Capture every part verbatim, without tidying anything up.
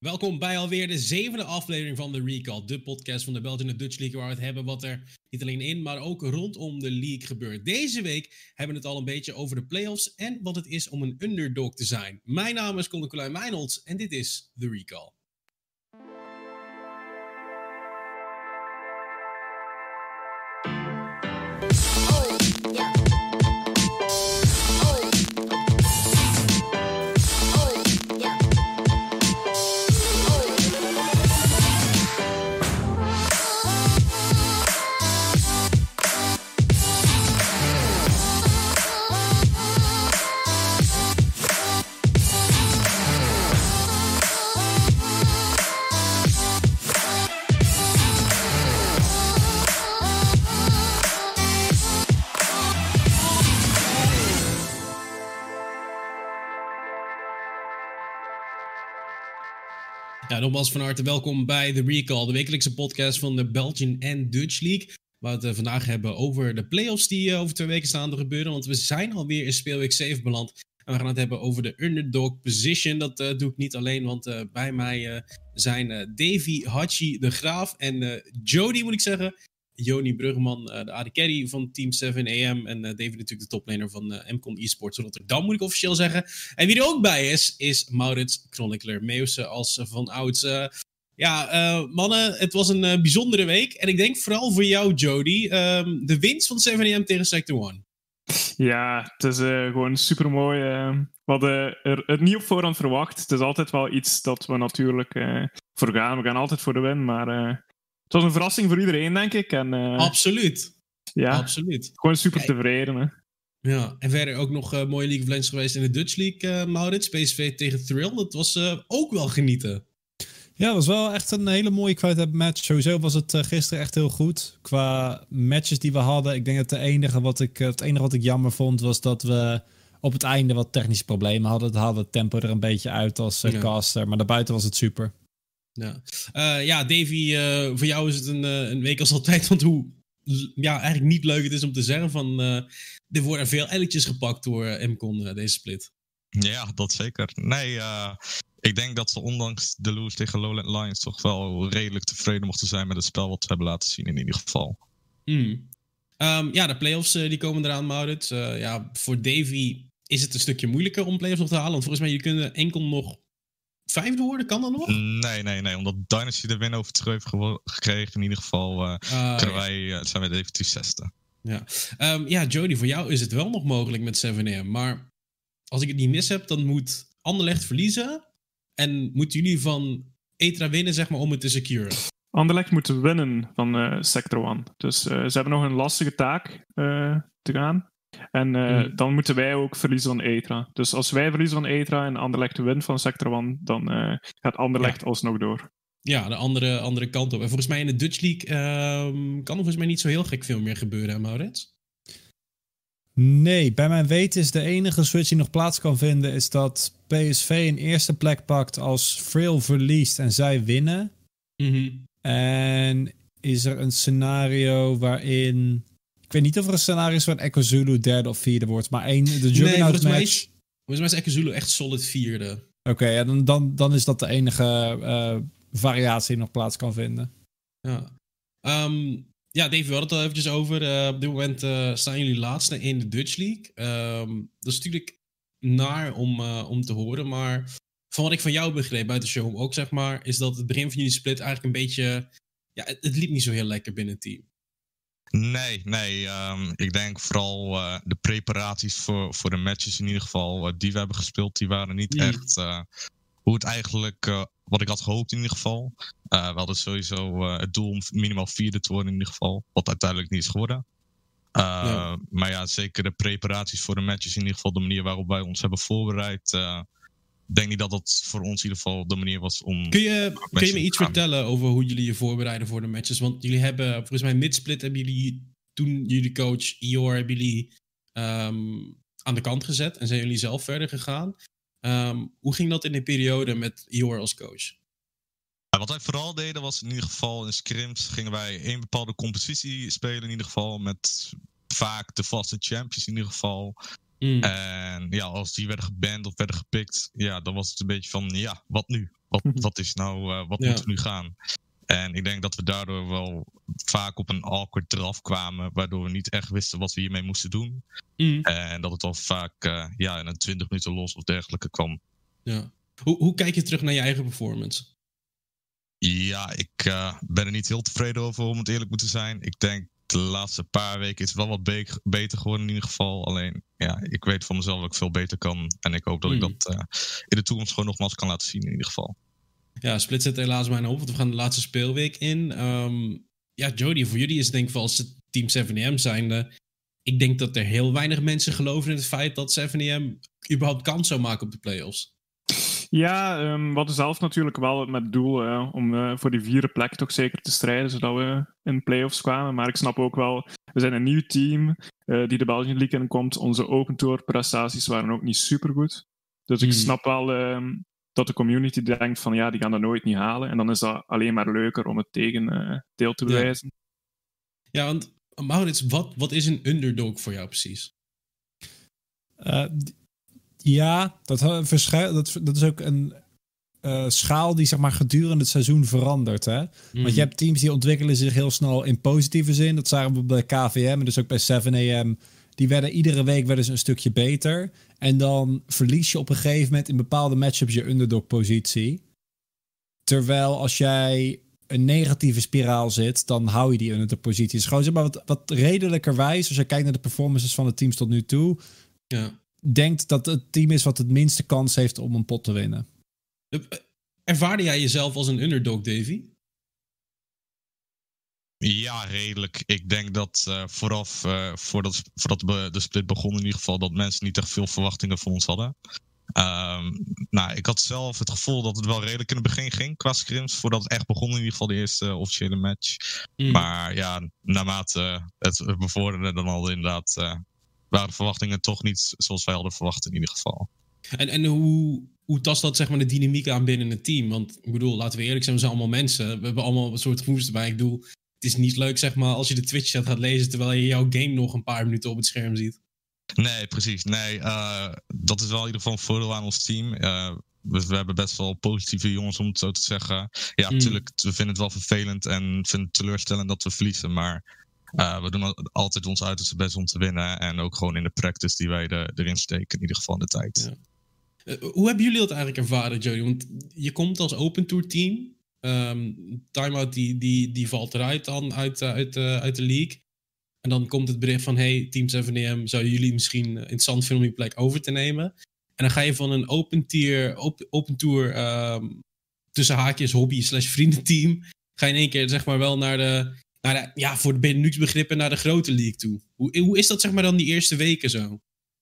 Welkom bij alweer de zevende aflevering van The Recall, de podcast van de Belgian en Dutch League, waar we het hebben wat er niet alleen in, maar ook rondom de league gebeurt. Deze week hebben we het al een beetje over de playoffs en wat het is om een underdog te zijn. Mijn naam is Conor Colijn Meinholz en dit is The Recall. Ja, nogmaals van harte welkom bij The Recall, de wekelijkse podcast van de Belgian en Dutch League. Waar we het vandaag hebben over de playoffs die uh, over twee weken staan te gebeuren. Want we zijn alweer in speelweek zeven beland. En we gaan het hebben over de underdog position. Dat uh, doe ik niet alleen, want uh, bij mij uh, zijn uh, Davy, Hachi, de Graaf en uh, Jody, moet ik zeggen. Joni Bruggeman, uh, de A D Carry van Team zeven A M. En uh, Davy natuurlijk de toplaner van uh, M C O N eSports Rotterdam, moet ik officieel zeggen. En wie er ook bij is, is Maurits Chronicler Meeuwse als uh, van ouds. Uh, ja, uh, mannen, het was een uh, bijzondere week. En ik denk vooral voor jou, Jody, um, de winst van zeven A M tegen Sector één. Ja, het is uh, gewoon supermooi. Uh, we hadden er het niet op voorhand verwacht. Het is altijd wel iets dat we natuurlijk uh, voor gaan. We gaan altijd voor de win, maar... Uh, Het was een verrassing voor iedereen, denk ik. En, uh, Absoluut. Ja, Absoluut. Gewoon super tevreden. Hè. Ja, en verder ook nog uh, mooie League of Legends geweest in de Dutch League, uh, Maurits. P S V tegen Thrill. Dat was uh, ook wel genieten. Ja, dat was wel echt een hele mooie kwaliteit match. Sowieso was het uh, gisteren echt heel goed. Qua matches die we hadden. Ik denk dat de enige wat ik, het enige wat ik jammer vond was dat we op het einde wat technische problemen hadden. Het haalde het tempo er een beetje uit als uh, ja. caster. Maar daarbuiten was het super. Ja, uh, ja Davy, uh, voor jou is het een, uh, een week als altijd. Want hoe ja, eigenlijk niet leuk het is om te zeggen van... Uh, er worden veel elletjes gepakt door uh, M C O N, uh, deze split. Ja, dat zeker. Nee, uh, ik denk dat ze ondanks de lose tegen Lowland Lions... toch wel redelijk tevreden mochten zijn met het spel wat ze hebben laten zien in ieder geval. Mm. Um, ja, de playoffs uh, die komen eraan, Maurits. Uh, ja, voor Davy is het een stukje moeilijker om playoffs nog te halen. Want volgens mij, je kunt enkel nog... vijfde worden, kan dat nog? Nee, nee, nee. Omdat Dynasty de win over terug heeft gewo- gekregen. In ieder geval uh, uh, kunnen wij, uh, zijn wij definitief zesde. Ja. Um, ja, Jody, voor jou is het wel nog mogelijk met zeven A M. Maar als ik het niet mis heb, dan moet Anderlecht verliezen. En moeten jullie van Etra winnen, zeg maar, om het te securen. Anderlecht moet winnen van uh, Sector één. Dus uh, ze hebben nog een lastige taak uh, te gaan. En uh, hmm. dan moeten wij ook verliezen van Etra. Dus als wij verliezen van Etra en Anderlecht wint van Sector één, dan uh, gaat Anderlecht ja. alsnog door. Ja, de andere, andere kant op. En volgens mij in de Dutch League um, kan er volgens mij niet zo heel gek veel meer gebeuren, hè, Maurits? Nee, bij mijn weten is de enige switch die nog plaats kan vinden... is dat P S V een eerste plek pakt als Frail verliest en zij winnen. Mm-hmm. En is er een scenario waarin... Ik weet niet of er een scenario is waar Echo Zulu derde of vierde wordt, maar één, de Juggernaut nee, volgens match... Mij is, volgens mij is Echo Zulu echt solid vierde. Oké, okay, ja, dan, dan, dan is dat de enige uh, variatie die nog plaats kan vinden. Ja, um, ja Dave, we hadden het al eventjes over. Uh, op dit moment uh, staan jullie laatste in de Dutch League. Um, dat is natuurlijk naar om, uh, om te horen, maar van wat ik van jou begreep, buiten de show ook, zeg maar, is dat het begin van jullie split eigenlijk een beetje... Ja, het, het liep niet zo heel lekker binnen het team. Nee, nee. Um, ik denk vooral uh, de preparaties voor, voor de matches in ieder geval uh, die we hebben gespeeld, die waren niet mm. echt uh, hoe het eigenlijk, uh, wat ik had gehoopt in ieder geval. Uh, we hadden sowieso uh, het doel om minimaal vierde te worden in ieder geval, wat uiteindelijk niet is geworden. Uh, ja. Maar ja, zeker de preparaties voor de matches in ieder geval, de manier waarop wij ons hebben voorbereid... Uh, Ik denk niet dat dat voor ons in ieder geval de manier was om... Kun je, kun je me iets vertellen over hoe jullie je voorbereiden voor de matches? Want jullie hebben, volgens mij mid-split hebben jullie, toen jullie coach Ior, hebben jullie um, aan de kant gezet en zijn jullie zelf verder gegaan. Um, hoe ging dat in de periode met Ior als coach? Ja, wat wij vooral deden was in ieder geval in scrims gingen wij één bepaalde competitie spelen in ieder geval met vaak de vaste champions in ieder geval. Mm. En ja, als die werden geband of werden gepikt, ja, dan was het een beetje van, ja, wat nu? wat, wat is nou, uh, wat Ja. moet er nu gaan? En ik denk dat we daardoor wel vaak op een awkward draf kwamen, waardoor we niet echt wisten wat we hiermee moesten doen. Mm. En dat het al vaak uh, ja, in een twintig minuten los of dergelijke kwam. Ja. Hoe, hoe kijk je terug naar je eigen performance? Ja, ik uh, ben er niet heel tevreden over, om het eerlijk moeten zijn. Ik denk de laatste paar weken is het wel wat be- beter geworden in ieder geval. Alleen, ja, ik weet van mezelf dat ik veel beter kan. En ik hoop dat Mm. ik dat uh, in de toekomst gewoon nogmaals kan laten zien in ieder geval. Ja, Split zit helaas bijna op, want we gaan de laatste speelweek in. Um, ja, Jody, voor jullie is het denk ik wel als het Team zeven A M zijnde. Ik denk dat er heel weinig mensen geloven in het feit dat zeven A M überhaupt kans zou maken op de playoffs. Ja, um, we hadden zelf natuurlijk wel met het doel uh, om uh, voor die vierde plek toch zeker te strijden, zodat we in playoffs kwamen. Maar ik snap ook wel, we zijn een nieuw team uh, die de Belgian League inkomt. Onze Open Tour prestaties waren ook niet supergoed. Dus ik Mm. snap wel um, dat de community denkt van ja, die gaan dat nooit niet halen. En dan is dat alleen maar leuker om het tegendeel uh, te bewijzen. Ja, ja want Maurits, wat, wat is een underdog voor jou precies? Uh, ja, dat, verschu- dat, dat is ook een uh, schaal die zeg maar gedurende het seizoen verandert. Hè? Mm. Want je hebt teams die ontwikkelen zich heel snel in positieve zin. Dat zagen we bij K V M en dus ook bij zeven A M. Die werden iedere week werden ze een stukje beter. En dan verlies je op een gegeven moment in bepaalde matchups je underdog-positie. Terwijl als jij een negatieve spiraal zit, dan hou je die underdog-positie. Dus gewoon zeg maar wat, wat redelijkerwijs, als je kijkt naar de performances van de teams tot nu toe, Ja. denkt dat het team is wat het minste kans heeft om een pot te winnen. Ervaarde jij jezelf als een underdog, Davy? Ja, redelijk. Ik denk dat uh, vooraf, uh, voordat, voordat we de split begon in ieder geval, dat mensen niet echt veel verwachtingen van ons hadden. Um, nou, ik had zelf het gevoel dat het wel redelijk in het begin ging qua scrims, voordat het echt begon in ieder geval de eerste uh, officiële match. Mm. Maar ja, naarmate uh, het bevorderde, dan al inderdaad uh, waren de verwachtingen toch niet zoals wij hadden verwacht in ieder geval. En, en hoe, hoe tast dat zeg maar de dynamiek aan binnen het team? Want ik bedoel, laten we eerlijk zijn, we zijn allemaal mensen. We hebben allemaal een soort gevoelens erbij. Ik bedoel, het is niet leuk zeg maar als je de Twitch-chat gaat lezen terwijl je jouw game nog een paar minuten op het scherm ziet. Nee, precies. Nee, uh, dat is wel in ieder geval een voordeel aan ons team. Uh, we, we hebben best wel positieve jongens, om het zo te zeggen. Ja, Mm. natuurlijk, we vinden het wel vervelend en vinden het teleurstellend dat we verliezen. Maar uh, we doen altijd ons uiterste best om te winnen. En ook gewoon in de practice die wij de, erin steken, in ieder geval in de tijd. Ja. Uh, hoe hebben jullie dat eigenlijk ervaren, Jody? Want je komt als Open Tour team. Um, Timeout die, die, die valt eruit dan uit, uh, uit, uh, uit de league. En dan komt het bericht van, hey, Team zeven A M, zouden jullie misschien interessant vinden om die plek over te nemen? En dan ga je van een open tier, open, open tour, um, tussen haakjes, hobby slash vriendenteam, ga je in één keer zeg maar wel naar de, naar de ja, voor de Benelux begrippen, naar de grote league toe. Hoe, hoe is dat zeg maar dan die eerste weken zo?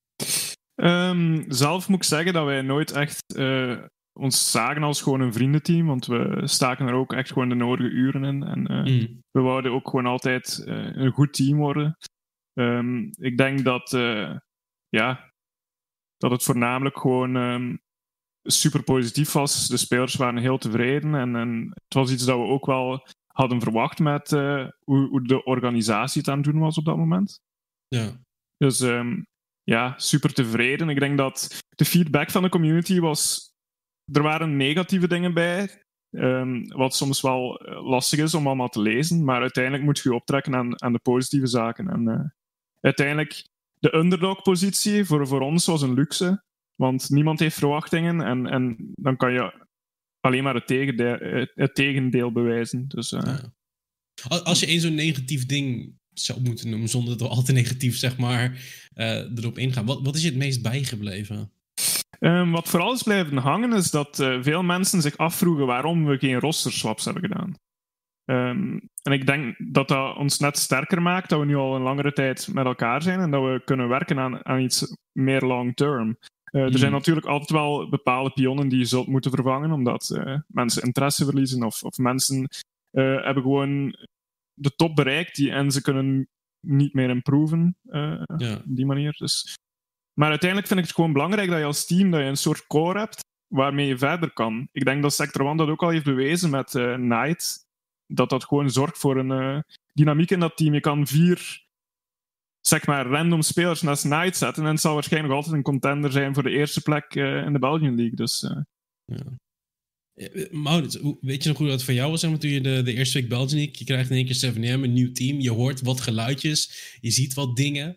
Um, zelf moet ik zeggen dat wij nooit echt uh, ons zagen als gewoon een vriendenteam, want we staken er ook echt gewoon de nodige uren in. En uh, mm. we wouden ook gewoon altijd uh, een goed team worden. Um, ik denk dat, uh, ja, dat het voornamelijk gewoon um, super positief was. De spelers waren heel tevreden en, en het was iets dat we ook wel hadden verwacht met uh, hoe, hoe de organisatie het aan het doen was op dat moment. Ja. Dus um, ja, super tevreden. Ik denk dat de feedback van de community was... Er waren negatieve dingen bij, um, wat soms wel lastig is om allemaal te lezen, maar uiteindelijk moet je je optrekken aan, aan de positieve zaken. En uh, uiteindelijk, de underdog-positie voor, voor ons was een luxe, want niemand heeft verwachtingen en, en dan kan je alleen maar het tegendeel, het tegendeel bewijzen. Dus, uh, ja. Als je één zo'n negatief ding zou moeten noemen, zonder dat we al te negatief zeg maar, uh, erop ingaan, wat, wat is je het meest bijgebleven? Um, wat vooral is blijven hangen, is dat uh, veel mensen zich afvroegen waarom we geen rosterswaps hebben gedaan. Um, en ik denk dat dat ons net sterker maakt, dat we nu al een langere tijd met elkaar zijn en dat we kunnen werken aan, aan iets meer long-term. Uh, mm. Er zijn natuurlijk altijd wel bepaalde pionnen die je zult moeten vervangen, omdat uh, mensen interesse verliezen of, of mensen uh, hebben gewoon de top bereikt die, en ze kunnen niet meer improven uh, ja. op die manier. Dus... Maar uiteindelijk vind ik het gewoon belangrijk dat je als team dat je een soort core hebt waarmee je verder kan. Ik denk dat Sector One dat ook al heeft bewezen met uh, Knight. Dat dat gewoon zorgt voor een uh, dynamiek in dat team. Je kan vier, zeg maar, random spelers naast Knight zetten en het zal waarschijnlijk altijd een contender zijn voor de eerste plek uh, in de Belgian League. Dus, uh... ja. Maurits, weet je nog hoe dat voor jou was? Zeg maar, toen je de, de eerste week Belgian League, je krijgt in één keer seven A M, een nieuw team. Je hoort wat geluidjes, je ziet wat dingen.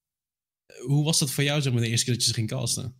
Hoe was dat voor jou, zeg maar, de eerste keer dat je ze ging casten?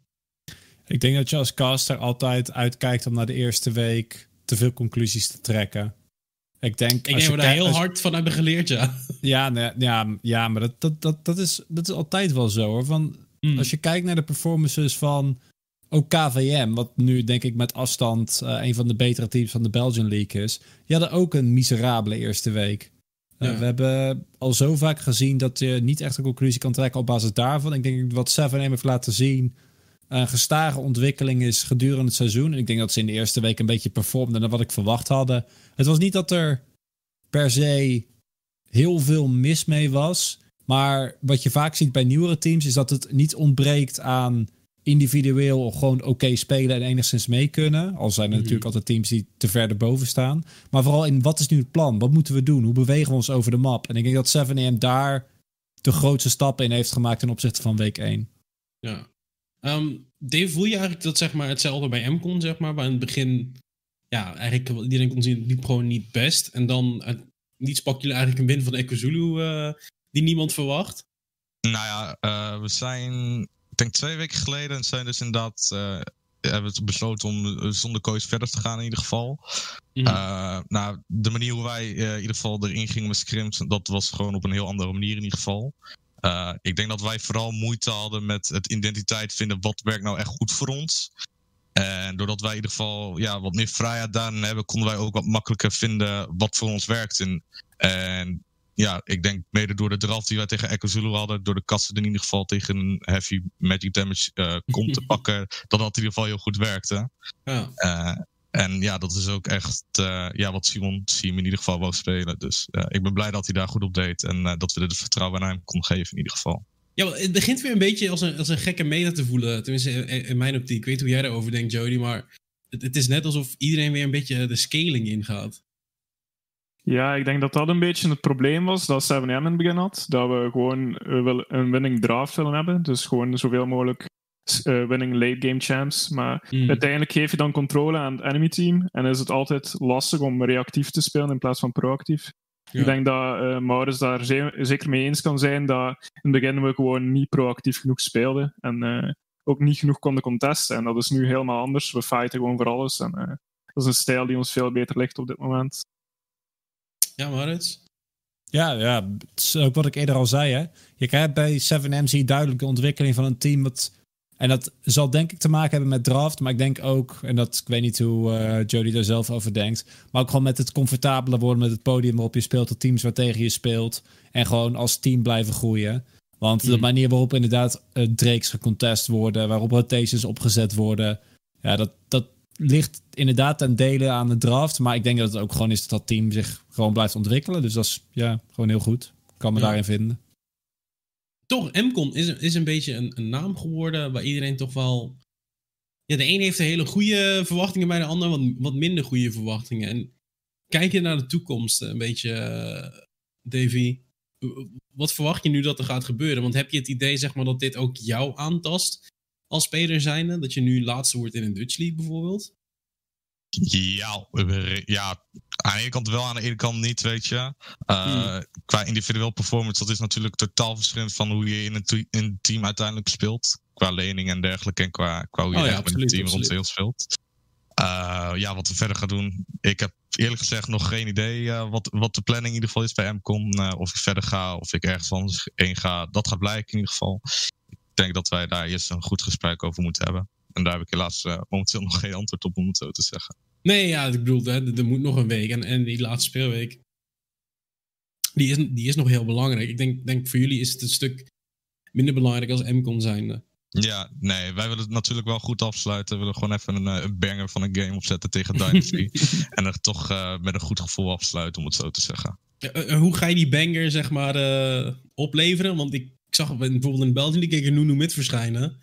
Ik denk dat je als caster altijd uitkijkt om na de eerste week te veel conclusies te trekken. Ik denk, ik denk dat we daar heel hard van hebben geleerd, ja. Ja, nee, ja, ja maar dat, dat, dat, dat, is, dat is altijd wel zo, hoor. Van, mm. Als je kijkt naar de performances van ook K V M, wat nu denk ik met afstand uh, een van de betere teams van de Belgian League is, die hadden ook een miserabele eerste week. Uh, ja. We hebben al zo vaak gezien dat je niet echt een conclusie kan trekken op basis daarvan. Ik denk wat seven A M heeft laten zien, een gestage ontwikkeling is gedurende het seizoen. En ik denk dat ze in de eerste week een beetje performden dan wat ik verwacht hadden. Het was niet dat er per se heel veel mis mee was. Maar wat je vaak ziet bij nieuwere teams is dat het niet ontbreekt aan individueel gewoon oké okay spelen en enigszins mee kunnen. Al zijn er mm-hmm. natuurlijk altijd teams die te ver erboven staan. Maar vooral in wat is nu het plan? Wat moeten we doen? Hoe bewegen we ons over de map? En ik denk dat seven A M daar de grootste stappen in heeft gemaakt ten opzichte van week één. Ja. Um, Dave, voel je eigenlijk dat zeg maar, hetzelfde bij M C O N, zeg maar, waar in het begin ja, eigenlijk iedereen kon zien, liep gewoon niet best. En dan uh, niets pak jullie eigenlijk een win van Ekwazulu uh, die niemand verwacht? Nou ja, uh, we zijn, ik denk twee weken geleden, zijn dus inderdaad, uh, hebben we besloten om zonder coach verder te gaan in ieder geval. Mm-hmm. Uh, nou, de manier hoe wij uh, in ieder geval erin gingen met scrims, dat was gewoon op een heel andere manier in ieder geval. Uh, ik denk dat wij vooral moeite hadden met het identiteit vinden, wat werkt nou echt goed voor ons. En doordat wij in ieder geval ja, wat meer vrijheid daarin hebben, konden wij ook wat makkelijker vinden wat voor ons werkt. En, en ja, ik denk mede door de draft die wij tegen Ekwazulu hadden, door de kasten in ieder geval tegen een heavy magic damage uh, komt te pakken, dat dat in ieder geval heel goed werkte. Ja. Uh, en ja, dat is ook echt uh, ja, wat Simon Siem in ieder geval wou spelen. Dus uh, ik ben blij dat hij daar goed op deed en uh, dat we er de vertrouwen aan hem konden geven in ieder geval. Ja, het begint weer een beetje als een, als een gekke meta te voelen. Tenminste, in, in mijn optiek. Ik weet hoe jij daarover denkt, Jody. Maar het, het is net alsof iedereen weer een beetje de scaling ingaat. Ja, ik denk dat dat een beetje het probleem was dat seven A M in het begin had. Dat we gewoon uh, een winning draft willen hebben. Dus gewoon zoveel mogelijk uh, winning late game champs. Maar mm. uiteindelijk geef je dan controle aan het enemy team. En is het altijd lastig om reactief te spelen in plaats van proactief. Ja. Ik denk dat uh, Maurits daar ze- zeker mee eens kan zijn dat in het begin we gewoon niet proactief genoeg speelden en uh, ook niet genoeg konden contesten. En dat is nu helemaal anders. We fighten gewoon voor alles. En uh, dat is een stijl die ons veel beter ligt op dit moment. Ja, Maurits? Ja, ja, het is ook wat ik eerder al zei. Hè. Je krijgt bij seven A M zie je duidelijk de ontwikkeling van een team. Wat, en dat zal denk ik te maken hebben met draft. Maar ik denk ook, en dat, ik weet niet hoe uh, Jody daar zelf over denkt. Maar ook gewoon met het comfortabeler worden met het podium waarop je speelt. De teams waar tegen je speelt. En gewoon als team blijven groeien. Want mm. de manier waarop inderdaad uh, drakes gecontest worden. Waarop rotations opgezet worden. Ja, dat, dat ligt inderdaad ten dele aan de draft. Maar ik denk dat het ook gewoon is dat dat team zich gewoon blijft ontwikkelen. Dus dat is ja, gewoon heel goed. Ik kan me ja. daarin vinden. Toch, M C O N is, is een beetje een, een naam geworden waar iedereen toch wel... Ja, de een heeft een hele goede verwachtingen bij de ander, wat, wat minder goede verwachtingen. En kijk je naar de toekomst een beetje, uh, Davy. Wat verwacht je nu dat er gaat gebeuren? Want heb je het idee, zeg maar, dat dit ook jou aantast als speler zijnde? Dat je nu laatste wordt in een Dutch League bijvoorbeeld? Ja, ja, aan de ene kant wel, aan de ene kant niet, weet je. Uh, hmm. Qua individueel performance, dat is natuurlijk totaal verschillend van hoe je in een, te- in een team uiteindelijk speelt. Qua lening en dergelijke en qua, qua hoe je oh, ja, met een team rond speelt. Uh, ja, wat we verder gaan doen. Ik heb eerlijk gezegd nog geen idee uh, wat, wat de planning in ieder geval is bij M C O N. Uh, of ik verder ga, of ik ergens anders heen ga. Dat gaat blijken in ieder geval. Ik denk dat wij daar eerst een goed gesprek over moeten hebben. En daar heb ik helaas uh, momenteel nog geen antwoord op, om het zo te zeggen. Nee, ja, ik bedoel, hè, er moet nog een week. En, en die laatste speelweek, die is, die is nog heel belangrijk. Ik denk, denk voor jullie is het een stuk minder belangrijk als M C O N zijnde. Ja, nee, wij willen het natuurlijk wel goed afsluiten. We willen gewoon even een, een banger van een game opzetten tegen Dynasty. En er toch uh, met een goed gevoel afsluiten, om het zo te zeggen. Uh, uh, hoe ga je die banger, zeg maar, uh, opleveren? Want ik, ik zag bijvoorbeeld in België, die keek er Nunu Mid verschijnen.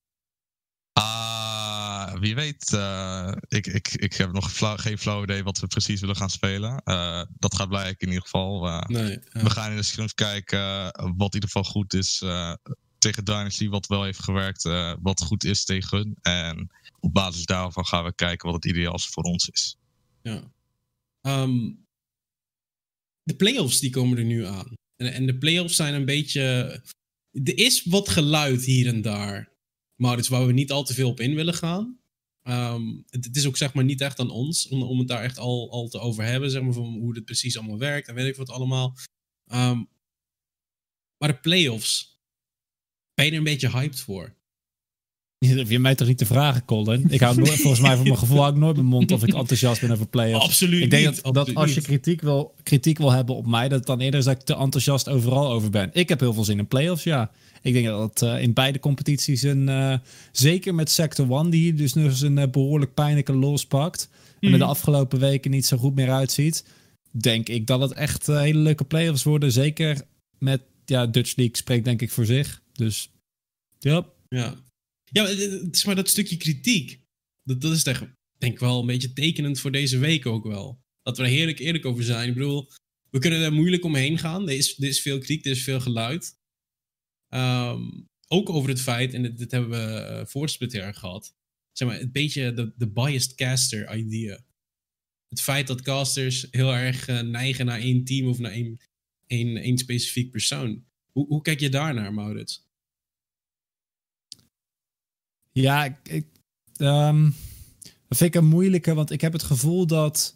Uh, wie weet, uh, ik, ik, ik heb nog flauw, geen flauw idee wat we precies willen gaan spelen. Uh, dat gaat blijken in ieder geval. Uh, nee, ja. We gaan in de scrims kijken uh, wat in ieder geval goed is. Uh, tegen Dynasty wat wel heeft gewerkt, uh, wat goed is tegen hun. En op basis daarvan gaan we kijken wat het ideaalste voor ons is. Ja. Um, de playoffs die komen er nu aan. En, en de playoffs zijn een beetje... Er is wat geluid hier en daar. Maar het is waar we niet al te veel op in willen gaan. Um, het, het is ook zeg maar niet echt aan ons om, om het daar echt al, al te over hebben. Zeg maar van hoe het precies allemaal werkt en weet ik wat allemaal. Um, maar de playoffs... Ben je er een beetje hyped voor? Je hoeft je mij toch niet te vragen, Colin? Ik hou nooit, volgens mij voor mijn gevoel hou ik nooit mijn mond of ik enthousiast ben over playoffs. Absoluut Ik denk niet, dat, dat als je kritiek wil, kritiek wil hebben op mij, dat het dan eerder is dat ik te enthousiast overal over ben. Ik heb heel veel zin in playoffs, ja. Ik denk dat het uh, in beide competities, een, uh, zeker met Sector One, die dus nog eens een uh, behoorlijk pijnlijke los pakt, mm. en er de afgelopen weken niet zo goed meer uitziet, denk ik dat het echt uh, hele leuke playoffs worden. Zeker met, ja, Dutch League spreekt denk ik voor zich. Dus, ja. Ja, ja maar, het is maar dat stukje kritiek. Dat, dat is echt, denk ik wel een beetje tekenend voor deze week ook wel. Dat we er heerlijk eerlijk over zijn. Ik bedoel, we kunnen er moeilijk omheen gaan. Er is, er is veel kritiek, er is veel geluid. Um, ook over het feit, en dit, dit hebben we uh, voor Split jaar gehad, zeg maar, een beetje de, de biased caster idea. Het feit dat casters heel erg uh, neigen naar één team of naar één, één, één specifiek persoon. Hoe, hoe kijk je daarnaar, Maurits? Ja, ik, ik, um, dat vind ik een moeilijke, want ik heb het gevoel dat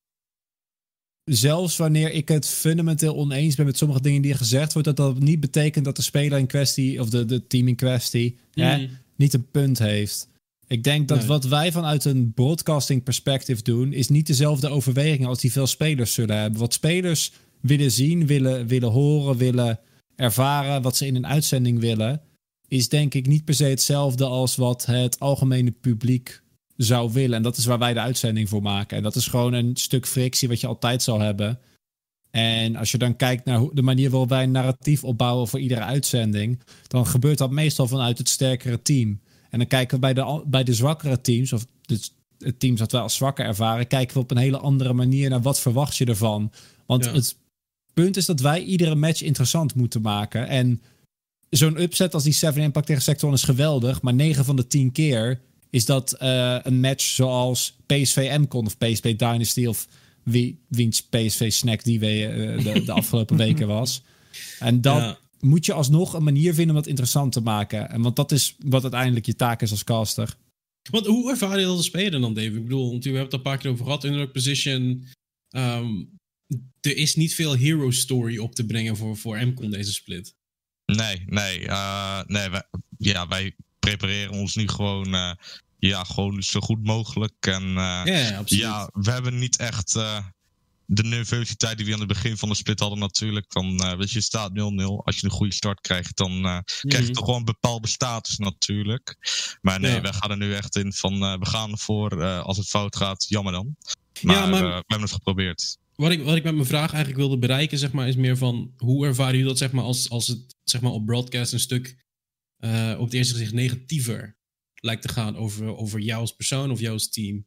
zelfs wanneer ik het fundamenteel oneens ben met sommige dingen die er gezegd wordt, dat dat niet betekent dat de speler in kwestie, of de, de team in kwestie, mm. hè, niet een punt heeft. Ik denk dat nee. wat wij vanuit een broadcasting perspective doen, is niet dezelfde overweging als die veel spelers zullen hebben. Wat spelers willen zien, willen, willen horen, willen ervaren, wat ze in een uitzending willen, is denk ik niet per se hetzelfde als wat het algemene publiek zou willen. En dat is waar wij de uitzending voor maken. En dat is gewoon een stuk frictie wat je altijd zal hebben. En als je dan kijkt naar de manier waarop wij een narratief opbouwen voor iedere uitzending, dan gebeurt dat meestal vanuit het sterkere team. En dan kijken we bij de, bij de zwakkere teams, of dus het teams dat wij als zwakker ervaren, kijken we op een hele andere manier naar wat verwacht je ervan. Want ja. het punt is dat wij iedere match interessant moeten maken. En zo'n upset als die Seven Impact tegen Sector One is geweldig, maar negen van de tien keer is dat uh, een match zoals P S V M-Con of P S V Dynasty of wie, wiens P S V-snack die we, uh, de, de afgelopen weken was. En dan ja. moet je alsnog een manier vinden om dat interessant te maken. En want dat is wat uiteindelijk je taak is als caster. Want hoe ervaar je dat als speler dan, Dave? Ik bedoel, want we hebben het al een paar keer over gehad. Underdog position. Um, er is niet veel hero story op te brengen voor, voor M-Con deze split. Nee, nee. Uh, nee wij, ja, wij prepareren ons nu gewoon, uh, ja, gewoon zo goed mogelijk. En uh, ja, absoluut. Ja, we hebben niet echt uh, de nervositeit die we aan het begin van de split hadden natuurlijk. Van, uh, weet je, je staat nul nul. Als je een goede start krijgt, dan uh, mm-hmm. krijg je toch gewoon een bepaalde status natuurlijk. Maar nee, ja. wij gaan er nu echt in van, uh, we gaan ervoor. Uh, als het fout gaat, jammer dan. Maar, ja, maar... Uh, we hebben het geprobeerd. Wat ik, wat ik met mijn vraag eigenlijk wilde bereiken, zeg maar, is meer van, hoe ervaren jullie dat, zeg maar, als, als het, zeg maar, op broadcast een stuk uh, op het eerste gezicht negatiever lijkt te gaan over, over jou als persoon of jou als team?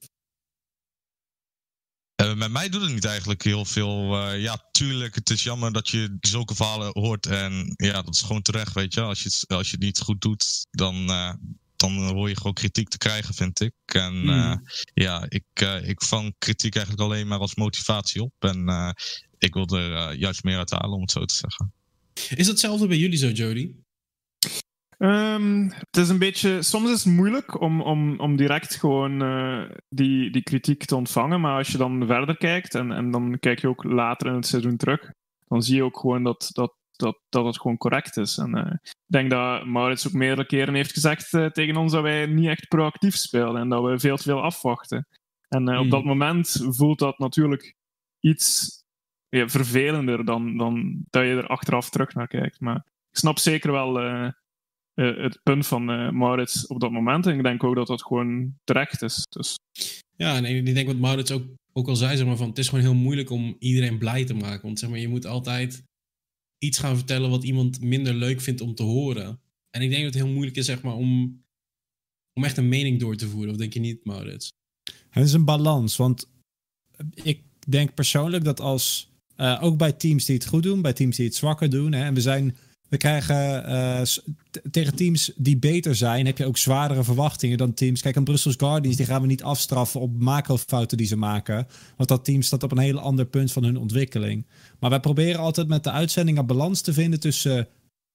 Uh, met mij doet het niet eigenlijk heel veel. Uh, ja, tuurlijk, het is jammer dat je zulke verhalen hoort. En ja, dat is gewoon terecht, weet je. Als je het, als je het niet goed doet, dan, uh, dan hoor je gewoon kritiek te krijgen, vind ik. En hmm. uh, ja, ik, uh, ik vang kritiek eigenlijk alleen maar als motivatie op. En uh, ik wil er uh, juist meer uit halen, om het zo te zeggen. Is hetzelfde bij jullie zo, Jody? Um, het is een beetje, soms is het moeilijk om, om, om direct gewoon uh, die, die kritiek te ontvangen. Maar als je dan verder kijkt en, en dan kijk je ook later in het seizoen terug, dan zie je ook gewoon dat, dat, dat, dat het gewoon correct is. En uh, ik denk dat Maurits ook meerdere keren heeft gezegd uh, tegen ons dat wij niet echt proactief spelen en dat we veel te veel afwachten. En uh, mm. op dat moment voelt dat natuurlijk iets ja, vervelender dan, dan dat je er achteraf terug naar kijkt. Maar ik snap zeker wel Uh, Uh, het punt van uh, Maurits op dat moment. En ik denk ook dat dat gewoon terecht is. Dus. Ja, en ik denk wat Maurits ook, ook al zei, zeg maar, van, het is gewoon heel moeilijk om iedereen blij te maken. Want zeg maar, je moet altijd iets gaan vertellen wat iemand minder leuk vindt om te horen. En ik denk dat het heel moeilijk is, zeg maar, om, om echt een mening door te voeren. Of denk je niet, Maurits? Het is een balans, want ik denk persoonlijk dat als, uh, ook bij teams die het goed doen, bij teams die het zwakker doen, hè, en we zijn We krijgen uh, t- tegen teams die beter zijn, heb je ook zwaardere verwachtingen dan teams. Kijk, een Brussels Guardians, die gaan we niet afstraffen op macrofouten die ze maken. Want dat team staat op een heel ander punt van hun ontwikkeling. Maar wij proberen altijd met de uitzending een balans te vinden tussen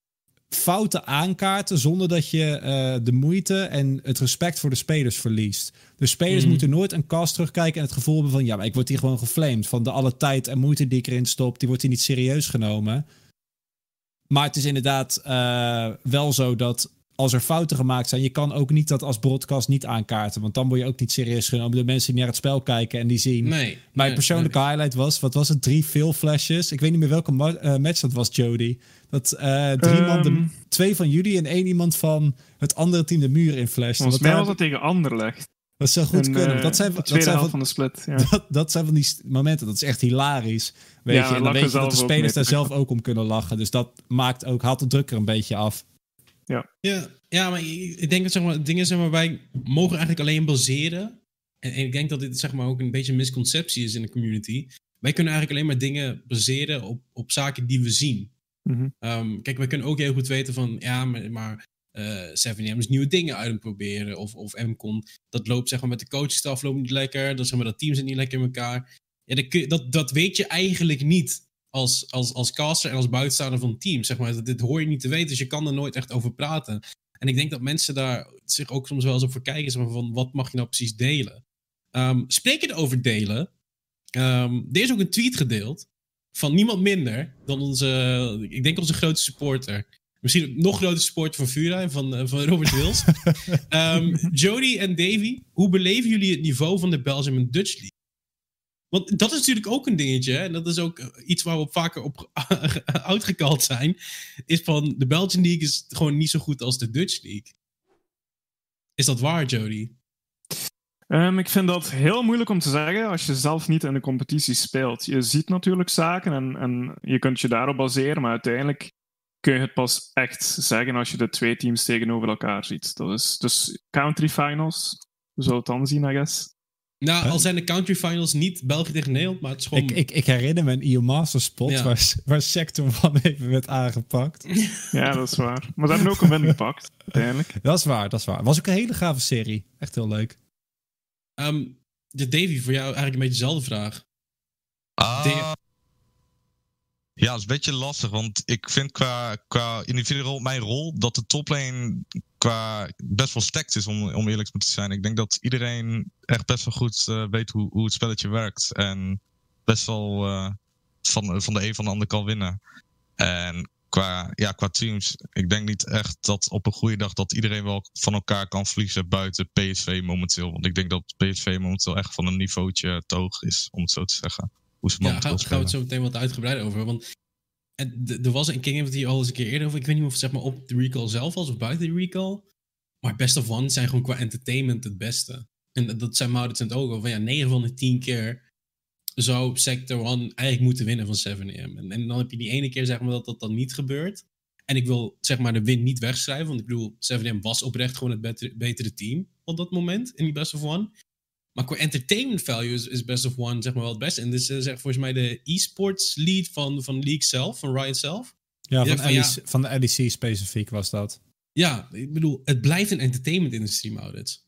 fouten aankaarten zonder dat je uh, de moeite en het respect voor de spelers verliest. De spelers mm. moeten nooit een cast terugkijken en het gevoel hebben van ja, maar ik word hier gewoon geflamed. Van de alle tijd en moeite die ik erin stop, die wordt hier niet serieus genomen. Maar het is inderdaad uh, wel zo dat als er fouten gemaakt zijn, je kan ook niet dat als broadcast niet aankaarten. Want dan word je ook niet serieus genomen. De mensen die naar het spel kijken en die zien. Nee, Mijn nee, persoonlijke nee. highlight was, wat was het? Drie veel flashes. Ik weet niet meer welke ma- uh, match dat was, Jody. Dat uh, drie um, man, de, twee van jullie en één iemand van het andere team de muur in flashte. Volgens mij was dat tegen Anderlecht. Dat zou goed en, kunnen. Uh, dat zijn, de tweede dat zijn helft van, van de split. Ja. Dat, dat zijn van die momenten. Dat is echt hilarisch. Weet Ja, je? En dan weet je dat de spelers daar mee. zelf ook om kunnen lachen. Dus dat maakt ook, haalt de druk er een beetje af. Ja, ja, ja maar ik denk dat zeg maar, dingen zeg maar, wij mogen eigenlijk alleen baseren. En, en ik denk dat dit zeg maar, ook een beetje een misconceptie is in de community. Wij kunnen eigenlijk alleen maar dingen baseren op, op zaken die we zien. Mm-hmm. Um, kijk, wij kunnen ook heel goed weten van ja, maar, maar uh, seven A M is nieuwe dingen uit het proberen. Of, of M C O N, dat loopt zeg maar met de coachstaf loopt niet lekker. Dat, zeg maar, dat team zit niet lekker in elkaar. Ja, dat, kun, dat, dat weet je eigenlijk niet als, als, als caster en als buitenstaander van het team. Zeg maar. Dat, dit hoor je niet te weten, dus je kan er nooit echt over praten. En ik denk dat mensen daar zich ook soms wel eens op voor kijken. Zeg maar, van wat mag je nou precies delen? Um, spreek je over delen? Um, er is ook een tweet gedeeld van niemand minder dan onze, ik denk onze grote supporter. Misschien een nog grotere supporter van Fura, van, uh, van Robert Wils. um, Jody en Davy, hoe beleven jullie het niveau van de Belgium en Dutch League? Want dat is natuurlijk ook een dingetje. Hè? En dat is ook iets waar we op vaker op uitgekald zijn. Is van de Belgian League is gewoon niet zo goed als de Dutch League. Is dat waar, Jody? Um, ik vind dat heel moeilijk om te zeggen als je zelf niet in de competitie speelt. Je ziet natuurlijk zaken en, en je kunt je daarop baseren, maar uiteindelijk kun je het pas echt zeggen als je de twee teams tegenover elkaar ziet. Dat is dus country finals. We zullen het dan zien, I guess. Nou, al zijn de country finals niet België tegen Nederland, maar het is gewoon... Ik, ik, ik herinner me een E O Master spot ja. waar, waar Sector van even werd aangepakt. Ja, dat is waar. Maar ze hebben ook een win gepakt, uiteindelijk. Dat is waar, dat is waar. Was ook een hele gave serie. Echt heel leuk. Um, de Davy, voor jou eigenlijk een beetje dezelfde vraag. Uh, de... Ja, dat is een beetje lastig, want ik vind qua, qua individuele rol, mijn rol, dat de toplane qua best wel stacked is, om, om eerlijk te zijn. Ik denk dat iedereen echt best wel goed uh, weet hoe, hoe het spelletje werkt. En best wel uh, van, van de een van de ander kan winnen. En qua, ja, qua teams, ik denk niet echt dat op een goede dag dat iedereen wel van elkaar kan verliezen buiten P S V momenteel. Want ik denk dat P S V momenteel echt van een niveautje te hoog is, om het zo te zeggen. Hoe ze ja, gaan, gaan we het zo meteen wat uitgebreider over. Want er was een King heeft het hier al eens een keer eerder over. Ik weet niet of het zeg maar op de recall zelf was of buiten de recall. Maar Best of One zijn gewoon qua entertainment het beste. En dat zijn Maurits en het ook over. Ja, negen van de tien keer zou Sector One eigenlijk moeten winnen van seven A M. En, en dan heb je die ene keer zeg maar dat dat dan niet gebeurt. En ik wil zeg maar de win niet wegschrijven. Want ik bedoel, seven A M was oprecht gewoon het betere, betere team op dat moment in die Best of One. Maar qua entertainment value is, is Best of One zeg maar wel het beste. En dit is uh, zeg, volgens mij de e-sports lead van, van League zelf, van Riot zelf. Ja, van, van, ja, van de L E C specifiek was dat. Ja, ik bedoel, het blijft een entertainment-industrie, Maurits.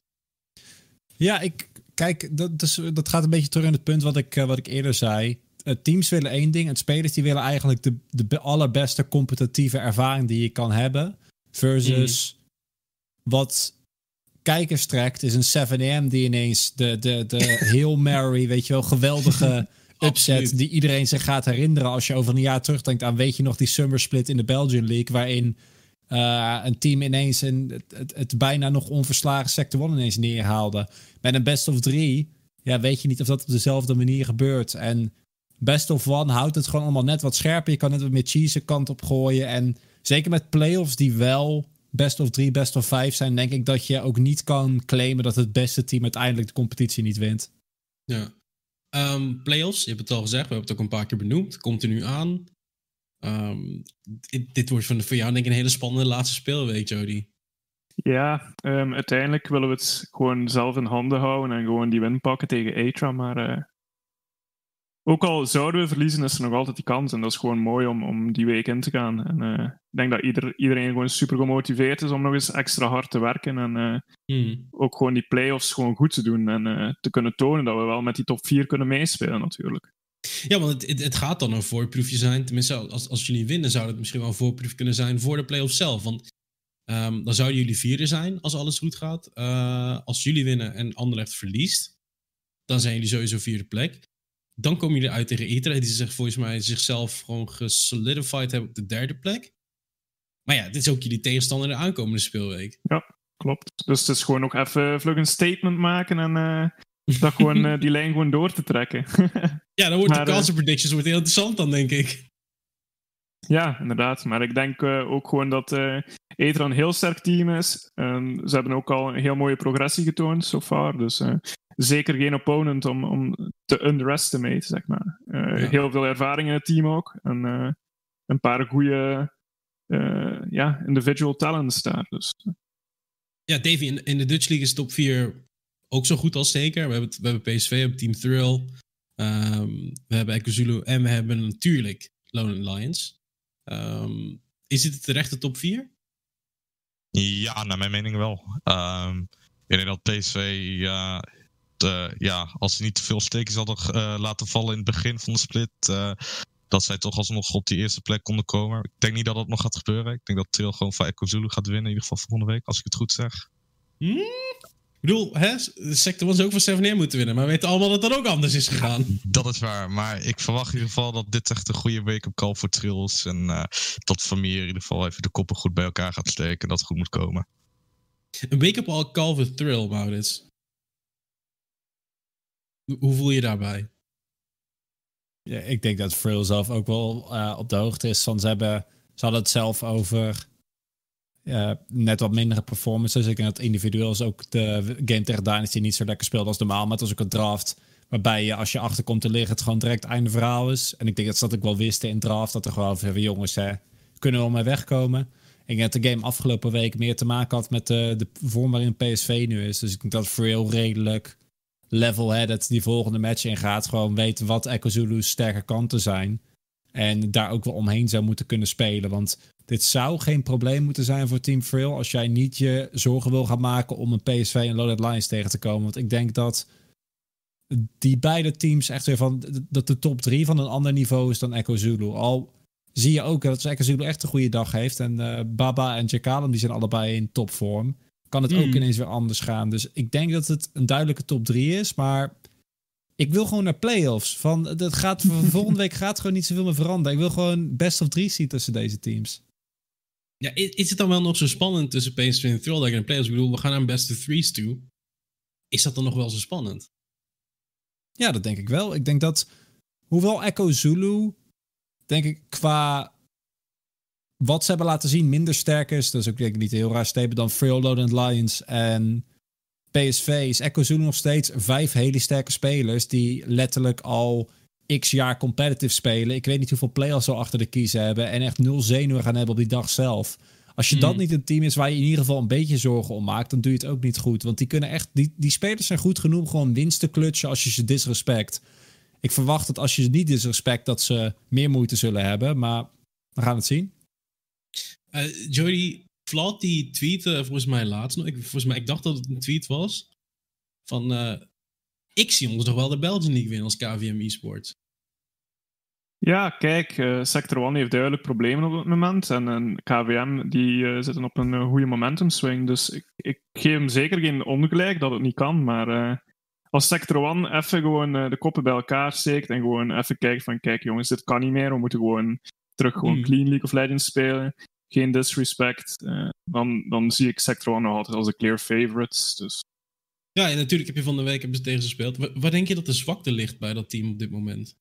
Ja, ik, kijk, dat, dus, dat gaat een beetje terug in het punt wat ik, uh, wat ik eerder zei. Uh, teams willen één ding en spelers die willen eigenlijk de, de allerbeste competitieve ervaring die je kan hebben. Versus mm. wat kijkers trekt is een seven A M die ineens de, de, de Hail Mary, weet je wel, geweldige upset die iedereen zich gaat herinneren als je over een jaar terugdenkt aan, weet je nog, die Summer Split in de Belgian League, waarin uh, een team ineens een, het, het, het bijna nog onverslagen Sector One ineens neerhaalde. Met een best of drie, ja, weet je niet of dat op dezelfde manier gebeurt. En Best of One houdt het gewoon allemaal net wat scherper. Je kan net wat meer cheese kant op gooien. En zeker met playoffs die wel best of drie, best of vijf zijn, denk ik dat je ook niet kan claimen dat het beste team uiteindelijk de competitie niet wint. Ja. Um, playoffs, je hebt het al gezegd, we hebben het ook een paar keer benoemd. Komt er nu aan. Um, dit, dit wordt voor jou denk ik een hele spannende laatste speelweek, Jody. Ja, um, uiteindelijk willen we het gewoon zelf in handen houden en gewoon die win pakken tegen Atra, maar uh, ook al zouden we verliezen, is er nog altijd die kans. En dat is gewoon mooi om, om die week in te gaan. En uh, ik denk dat ieder, iedereen gewoon super gemotiveerd is om nog eens extra hard te werken. En uh, hmm. ook gewoon die play-offs gewoon goed te doen. En uh, te kunnen tonen dat we wel met die top vier kunnen meespelen natuurlijk. Ja, want het, het, het gaat dan een voorproefje zijn. Tenminste, als, als jullie winnen zou het misschien wel een voorproef kunnen zijn voor de play-offs zelf. Want um, dan zouden jullie vierde zijn als alles goed gaat. Uh, als jullie winnen en Anderlecht verliest, dan zijn jullie sowieso vierde plek. Dan komen jullie uit tegen Itra, die zich volgens mij zichzelf gewoon gesolidified hebben op de derde plek. Maar ja, dit is ook jullie tegenstander de aankomende speelweek. Ja, klopt. Dus het is gewoon nog even vlug een statement maken en uh, dat gewoon, uh, die lijn gewoon door te trekken. Ja, dan wordt maar, de kansen predictions wordt heel interessant dan, denk ik. Ja, inderdaad. Maar ik denk uh, ook gewoon dat uh, Itra een heel sterk team is. Um, ze hebben ook al een heel mooie progressie getoond so far. Dus uh, zeker geen opponent om, om te underestimaten, zeg maar. Uh, ja. Heel veel ervaring in het team ook. En uh, een paar goede uh, ja, individual talents daar. Dus. Ja, Davy, in, in de Dutch League is top vier ook zo goed als zeker. We hebben, we hebben P S V, we hebben Team Thrill. Um, we hebben Echo en we hebben natuurlijk Lowland Lions. Um, is dit de terechte top vier? Ja, naar mijn mening wel. Um, ik denk dat P S V, uh, de, ja, als ze niet te veel steekjes hadden uh, laten vallen in het begin van de split, uh, dat zij toch alsnog op die eerste plek konden komen. Ik denk niet dat dat nog gaat gebeuren. Ik denk dat Trail gewoon van Echo Zulu gaat winnen, in ieder geval volgende week, als ik het goed zeg. Hmm? Ik bedoel, hè, de sector was ook van Seven Air moeten winnen, maar we weten allemaal dat dat ook anders is gegaan. Dat is waar, maar ik verwacht in ieder geval dat dit echt een goede wake-up call voor Trills. En uh, dat Vermeer in ieder geval even de koppen goed bij elkaar gaat steken en dat het goed moet komen. Een wake-up call voor Thrill, Maurits. Hoe voel je daarbij? Ja, ik denk dat Thrill zelf ook wel uh, op de hoogte is van ze hebben, ze hadden het zelf over uh, net wat mindere performances. Ik denk dat individueel is ook de game tegen Dynasty niet zo lekker speelde als normaal. Maar het was ook een draft waarbij je als je achter komt te liggen het gewoon direct einde verhaal is. En ik denk dat ze dat ook wel wisten in draft. Dat er gewoon van jongens, hè, kunnen we wel mee wegkomen. Ik denk dat de game afgelopen week meer te maken had met de, de vorm waarin P S V nu is. Dus ik denk dat Thrill redelijk level-headed die volgende match ingaat. Gewoon weten wat Echo Zulu's sterke kanten zijn. En daar ook wel omheen zou moeten kunnen spelen. Want dit zou geen probleem moeten zijn voor Team Thrill als jij niet je zorgen wil gaan maken om een P S V en Loaded Lions tegen te komen. Want ik denk dat die beide teams echt weer van dat de top drie van een ander niveau is dan Echo Zulu. Al zie je ook dat Echo Zulu echt een goede dag heeft. En uh, Baba en Jakalem die zijn allebei in topvorm. Kan het mm. ook ineens weer anders gaan. Dus ik denk dat het een duidelijke top drie is. Maar ik wil gewoon naar playoffs. Van, dat gaat, volgende week gaat gewoon niet zoveel meer veranderen. Ik wil gewoon best of drie zien tussen deze teams. Ja, is het dan wel nog zo spannend tussen P S V en Thrill dat ik in playoffs? Ik bedoel, we gaan naar best of threes toe. Is dat dan nog wel zo spannend? Ja, dat denk ik wel. Ik denk dat, hoewel Echo Zulu, denk ik, qua wat ze hebben laten zien minder sterk is. Dat is ook denk ik niet een heel raar statement dan Thrill, Lowland Lions en P S V. Is Echo Zulu nog steeds vijf hele sterke spelers die letterlijk al x jaar competitive spelen. Ik weet niet hoeveel playoffs ze achter de kiezen hebben en echt nul zenuwen gaan hebben op die dag zelf. Als je mm. dat niet een team is waar je in ieder geval een beetje zorgen om maakt, dan doe je het ook niet goed. Want die kunnen echt, die, die spelers zijn goed genoeg gewoon winst te klutsen als je ze disrespect. Ik verwacht dat als je ze niet disrespect dat ze meer moeite zullen hebben, maar we gaan het zien. Uh, Jody Vlad die tweette volgens mij laatst nog. Ik, volgens mij, ik dacht dat het een tweet was. Van uh, ik zie ons toch wel de Belgian League winnen als K V M eSports. Ja, kijk, uh, Sector One heeft duidelijk problemen op het moment. En, en K V M die uh, zitten op een uh, goede momentum swing. Dus ik, ik geef hem zeker geen ongelijk dat het niet kan. Maar uh, als Sector One even gewoon uh, de koppen bij elkaar steekt en gewoon even kijkt van kijk jongens, dit kan niet meer. We moeten gewoon terug gewoon hmm. clean League of Legends spelen. Geen disrespect. Uh, dan, dan zie ik Sector One nog altijd als de clear favorites. Dus. Ja, en natuurlijk heb je van de week hebben ze tegen ze gespeeld. Waar, waar denk je dat de zwakte ligt bij dat team op dit moment?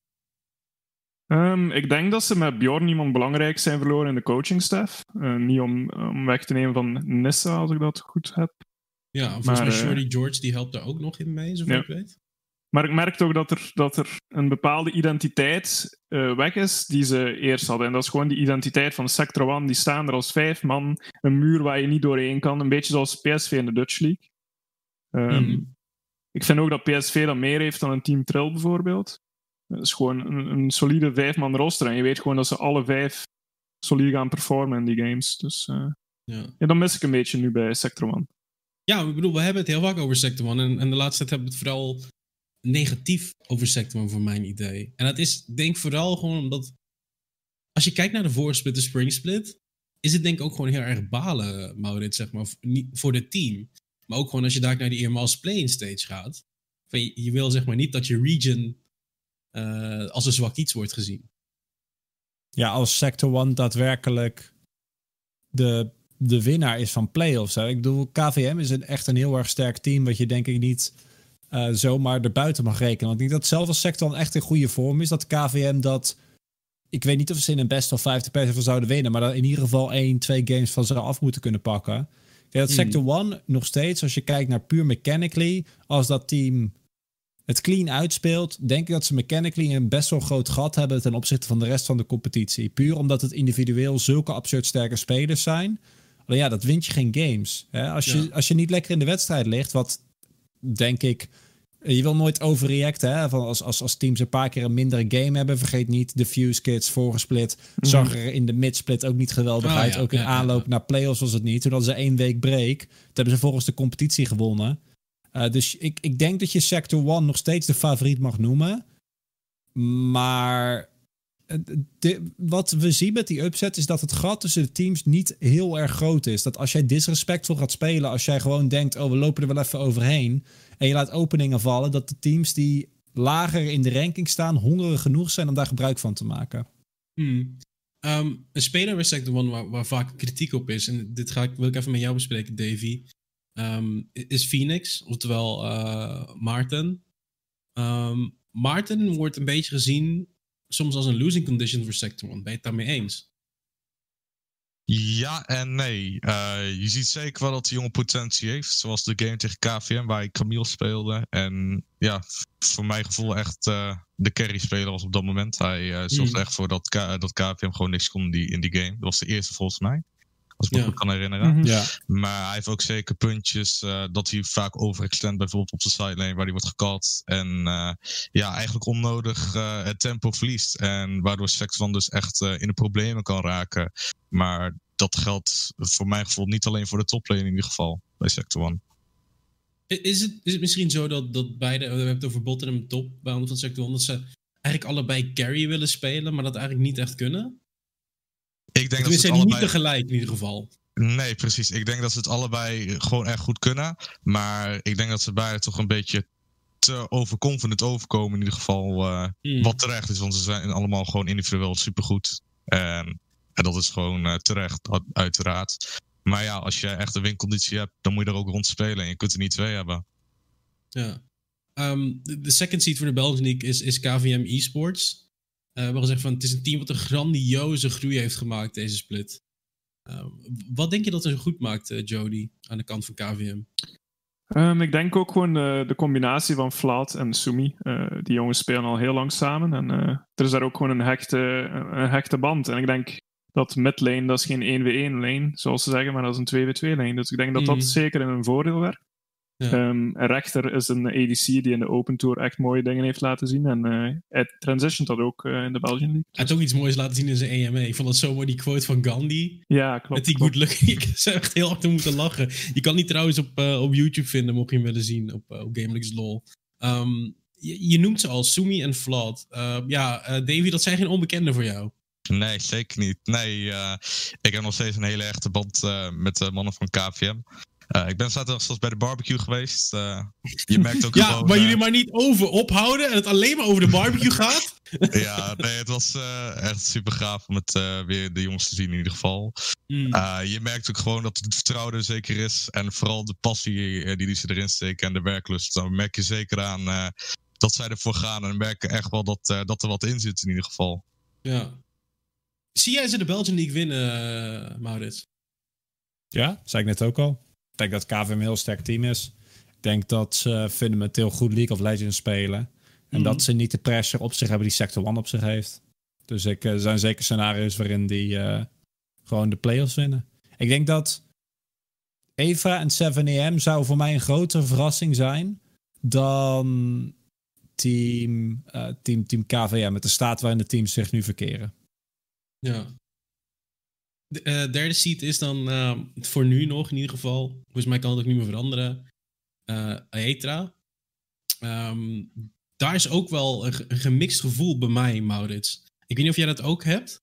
Um, ik denk dat ze met Bjorn iemand belangrijk zijn verloren in de coachingstaff. Uh, niet om, om weg te nemen van Nissa, als ik dat goed heb. Ja, volgens maar, mij Shorty uh, George, die helpt daar ook nog in mee, zover ja. ik weet. Maar ik merk toch dat er, dat er een bepaalde identiteit uh, weg is die ze eerst hadden. En dat is gewoon die identiteit van Sector One. Die staan er als vijf man, een muur waar je niet doorheen kan. Een beetje zoals P S V in de Dutch League. Um, mm. Ik vind ook dat P S V dat meer heeft dan een Team Trill bijvoorbeeld. Het is gewoon een, een solide vijf-man roster. En je weet gewoon dat ze alle vijf solide gaan performen in die games. Dus uh, ja. Ja, dan mis ik een beetje nu bij Sector One. Ja, ik bedoel, we hebben het heel vaak over Sector One. En, en de laatste tijd hebben we het vooral negatief over Sector One, voor mijn idee. En dat is, denk ik, vooral gewoon omdat... Als je kijkt naar de voorsplit, de spring split... is het denk ik ook gewoon heel erg balen, Maurits, zeg maar, voor het team. Maar ook gewoon als je daar naar die eermaals play-in stage gaat. Je, je wil zeg maar niet dat je region uh, als een zwak iets wordt gezien. Ja, als Sector One daadwerkelijk de, de winnaar is van playoffs. Hè? Ik bedoel, K V M is een, echt een heel erg sterk team, wat je denk ik niet uh, zomaar erbuiten mag rekenen. Want ik denk dat zelfs als Sector One echt in goede vorm is, dat K V M dat... Ik weet niet of ze in een best of vijftig per se zouden winnen, maar dat in ieder geval één, twee games van ze af moeten kunnen pakken. Ik denk dat mm. Sector One nog steeds, als je kijkt naar puur mechanically, als dat team het clean uitspeelt, denk ik dat ze mechanically een best wel groot gat hebben ten opzichte van de rest van de competitie. Puur omdat het individueel zulke absurd sterke spelers zijn. Alleen ja, dat wint je geen games. Hè? Als, je, ja. als je niet lekker in de wedstrijd ligt, wat denk ik... Je wil nooit overreacten, hè? Van als, als, als teams een paar keer een mindere game hebben. Vergeet niet, de Fuse Kids, vorige split. Mm. Zag er in de mid-split ook niet geweldig oh, uit. Ja, ook in ja, aanloop ja, ja. naar playoffs was het niet. Toen hadden ze één week break. Toen hebben ze volgens de competitie gewonnen. Uh, dus ik, ik denk dat je Sector One nog steeds de favoriet mag noemen. Maar de, wat we zien met die upset is dat het gat tussen de teams niet heel erg groot is. Dat als jij disrespectvol gaat spelen, als jij gewoon denkt, oh, we lopen er wel even overheen, en je laat openingen vallen, dat de teams die lager in de ranking staan hongerig genoeg zijn om daar gebruik van te maken. Hmm. Um, een speler bij Sector One waar, waar vaak kritiek op is, en dit ga ik, wil ik even met jou bespreken, Davy, um, is Phoenix, oftewel uh, Maarten. Um, Maarten wordt een beetje gezien soms als een losing condition voor Sector One. Ben je het daarmee eens? Ja en nee. Uh, je ziet zeker wel dat hij jonge potentie heeft. Zoals de game tegen K V M waar ik Camille speelde. En ja, voor mijn gevoel echt uh, de carry speler was op dat moment. Hij uh, zorgde mm. echt voor dat, K- dat K V M gewoon niks kon in die, in die game. Dat was de eerste volgens mij. Als ik me ja. goed kan herinneren. Mm-hmm. Ja. Maar hij heeft ook zeker puntjes uh, dat hij vaak overextend bijvoorbeeld op de sidelane waar hij wordt gekald. En uh, ja, eigenlijk onnodig uh, het tempo verliest. En waardoor Sector One dus echt uh, in de problemen kan raken. Maar dat geldt voor mijn gevoel niet alleen voor de toplane in ieder geval bij Sector One. Is het, is het misschien zo dat, dat beide, we hebben het over bottom en top bij van Sector One, dat ze eigenlijk allebei carry willen spelen, maar dat eigenlijk niet echt kunnen? Ik denk dat ze het allebei... niet tegelijk in ieder geval. Nee, precies. Ik denk dat ze het allebei gewoon echt goed kunnen. Maar ik denk dat ze beide toch een beetje te overconfident overkomen in ieder geval. Uh, hmm. Wat terecht is, want ze zijn allemaal gewoon individueel supergoed. En, en dat is gewoon uh, terecht, uiteraard. Maar ja, als je echt een winconditie hebt, dan moet je er ook rond spelen. En je kunt er niet twee hebben. Ja. Um, de, de second seed voor de Belgian League is, is K V M Esports. Uh, we zeggen van, het is een team wat een grandioze groei heeft gemaakt, deze split. Uh, wat denk je dat er goed maakt, uh, Jody, aan de kant van K V M? Um, ik denk ook gewoon de, de combinatie van Vlad en Sumi. Uh, die jongens spelen al heel lang samen. En uh, er is daar ook gewoon een hechte, een hechte band. En ik denk dat midlane, dat is geen één tegen één lane, zoals ze zeggen, maar dat is een twee tegen twee lane. Dus ik denk dat dat mm. zeker in een voordeel werkt. Ja. Um, rechter is een A D C die in de Open Tour echt mooie dingen heeft laten zien. En uh, hij transitioned dat ook uh, in de Belgian League. Hij heeft ook iets moois laten zien in zijn E M A. Ik vond dat zo mooi, die quote van Gandhi. Ja, klopt. Met die klopt. good luck. Ik zou echt heel hard moeten lachen. Je kan die trouwens op, uh, op YouTube vinden, mocht je hem willen zien. Op, uh, op GameLeaks LOL. Um, je, je noemt ze al, Sumi en Vlad. Uh, ja, uh, Davy, dat zijn geen onbekenden voor jou. Nee, zeker niet. Nee, uh, ik heb nog steeds een hele echte band uh, met de mannen van K V M. Uh, ik ben zaterdag zelfs bij de barbecue geweest. Uh, je merkt ook ja, gewoon... waar uh, jullie maar niet over ophouden en het alleen maar over de barbecue gaat. ja, nee, het was uh, echt super gaaf om het uh, weer de jongens te zien in ieder geval. Mm. Uh, je merkt ook gewoon dat het vertrouwen er zeker is. En vooral de passie uh, die ze erin steken en de werklust. Dan merk je zeker aan uh, dat zij ervoor gaan. En merken echt wel dat, uh, dat er wat in zit in ieder geval. Ja. Zie jij ze de Belgian League winnen, uh, Maurits? Ja, zei ik net ook al. Ik denk dat K V M een heel sterk team is. Ik denk dat ze fundamenteel goed League of Legends spelen. En mm-hmm. dat ze niet de pressure op zich hebben die Sector One op zich heeft. Dus ik, er zijn zeker scenario's waarin die uh, gewoon de playoffs winnen. Ik denk dat Eva en seven A M zou voor mij een grotere verrassing zijn dan team, uh, team, team K V M, met de staat waarin de teams zich nu verkeren. Ja. De uh, derde seed is dan uh, voor nu nog in ieder geval, volgens mij kan het ook niet meer veranderen, uh, Aetra. Um, daar is ook wel een, een gemixt gevoel bij mij, Maurits. Ik weet niet of jij dat ook hebt.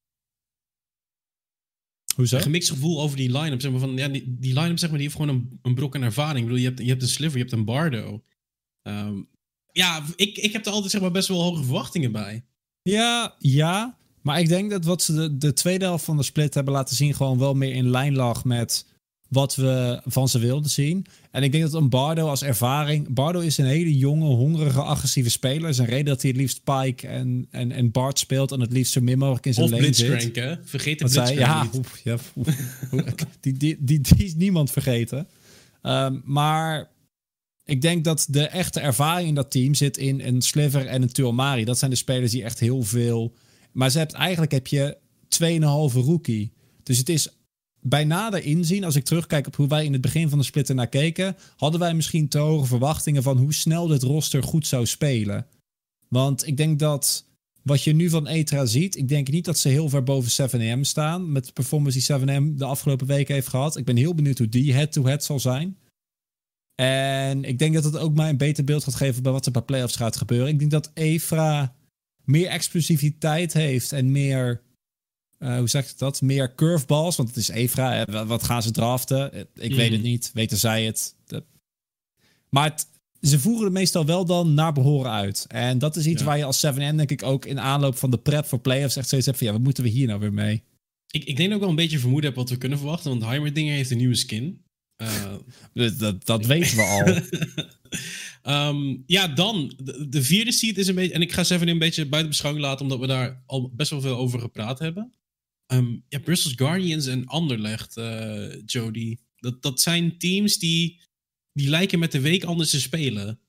Hoezo? Een gemixt gevoel over die line-up. Zeg maar van, ja, die, die line-up zeg maar, die heeft gewoon een, een brok aan ervaring. Ik bedoel, je hebt, je hebt een Sliver, je hebt een Bardo. Um, ja, ik, ik heb er altijd zeg maar, best wel hoge verwachtingen bij. Ja, ja. Maar ik denk dat wat ze de, de tweede helft van de split hebben laten zien gewoon wel meer in lijn lag met wat we van ze wilden zien. En ik denk dat een Bardo als ervaring... Bardo is een hele jonge, hongerige, agressieve speler. Er is een reden dat hij het liefst Pike en, en, en Bart speelt en het liefst zo min mogelijk in zijn of lane zit. Of Blitzcrank, hè? Vergeet de Wat Blitzcrank ja, niet. oef, ja, oef. die, die, die, die is niemand vergeten. Um, maar ik denk dat de echte ervaring in dat team zit in een Sliver en een Tuomari. Dat zijn de spelers die echt heel veel... Maar ze hebt, eigenlijk heb je twee en een halve rookie. Dus het is bij nader inzien, als ik terugkijk op hoe wij in het begin van de split ernaar keken, hadden wij misschien te hoge verwachtingen van hoe snel dit roster goed zou spelen. Want ik denk dat wat je nu van Aetra ziet, ik denk niet dat ze heel ver boven seven A M staan met de performance die seven A M de afgelopen weken heeft gehad. Ik ben heel benieuwd hoe die head-to-head zal zijn. En ik denk dat het ook mij een beter beeld gaat geven bij wat er bij playoffs gaat gebeuren. Ik denk dat Efra meer explosiviteit heeft en meer, uh, hoe zeg ik dat, meer curveballs. Want het is Efra, hè? Wat gaan ze draften? Ik mm. weet het niet, weten zij het. De... Maar het, ze voeren het meestal wel dan naar behoren uit. En dat is iets ja. waar je als seven M denk ik ook in aanloop van de prep voor playoffs echt zoiets hebt van ja, wat moeten we hier nou weer mee? Ik, ik denk ook wel een beetje vermoeden heb wat we kunnen verwachten, want Heimerdinger heeft een nieuwe skin. Uh, dat, dat, dat weten we al. um, ja, dan. De, de vierde seed is een beetje... En ik ga Seven een beetje buiten beschouwing laten, omdat we daar al best wel veel over gepraat hebben. Um, ja, Brussels Guardians en Anderlecht, uh, Jody. Dat, dat zijn teams die, die lijken met de week anders te spelen.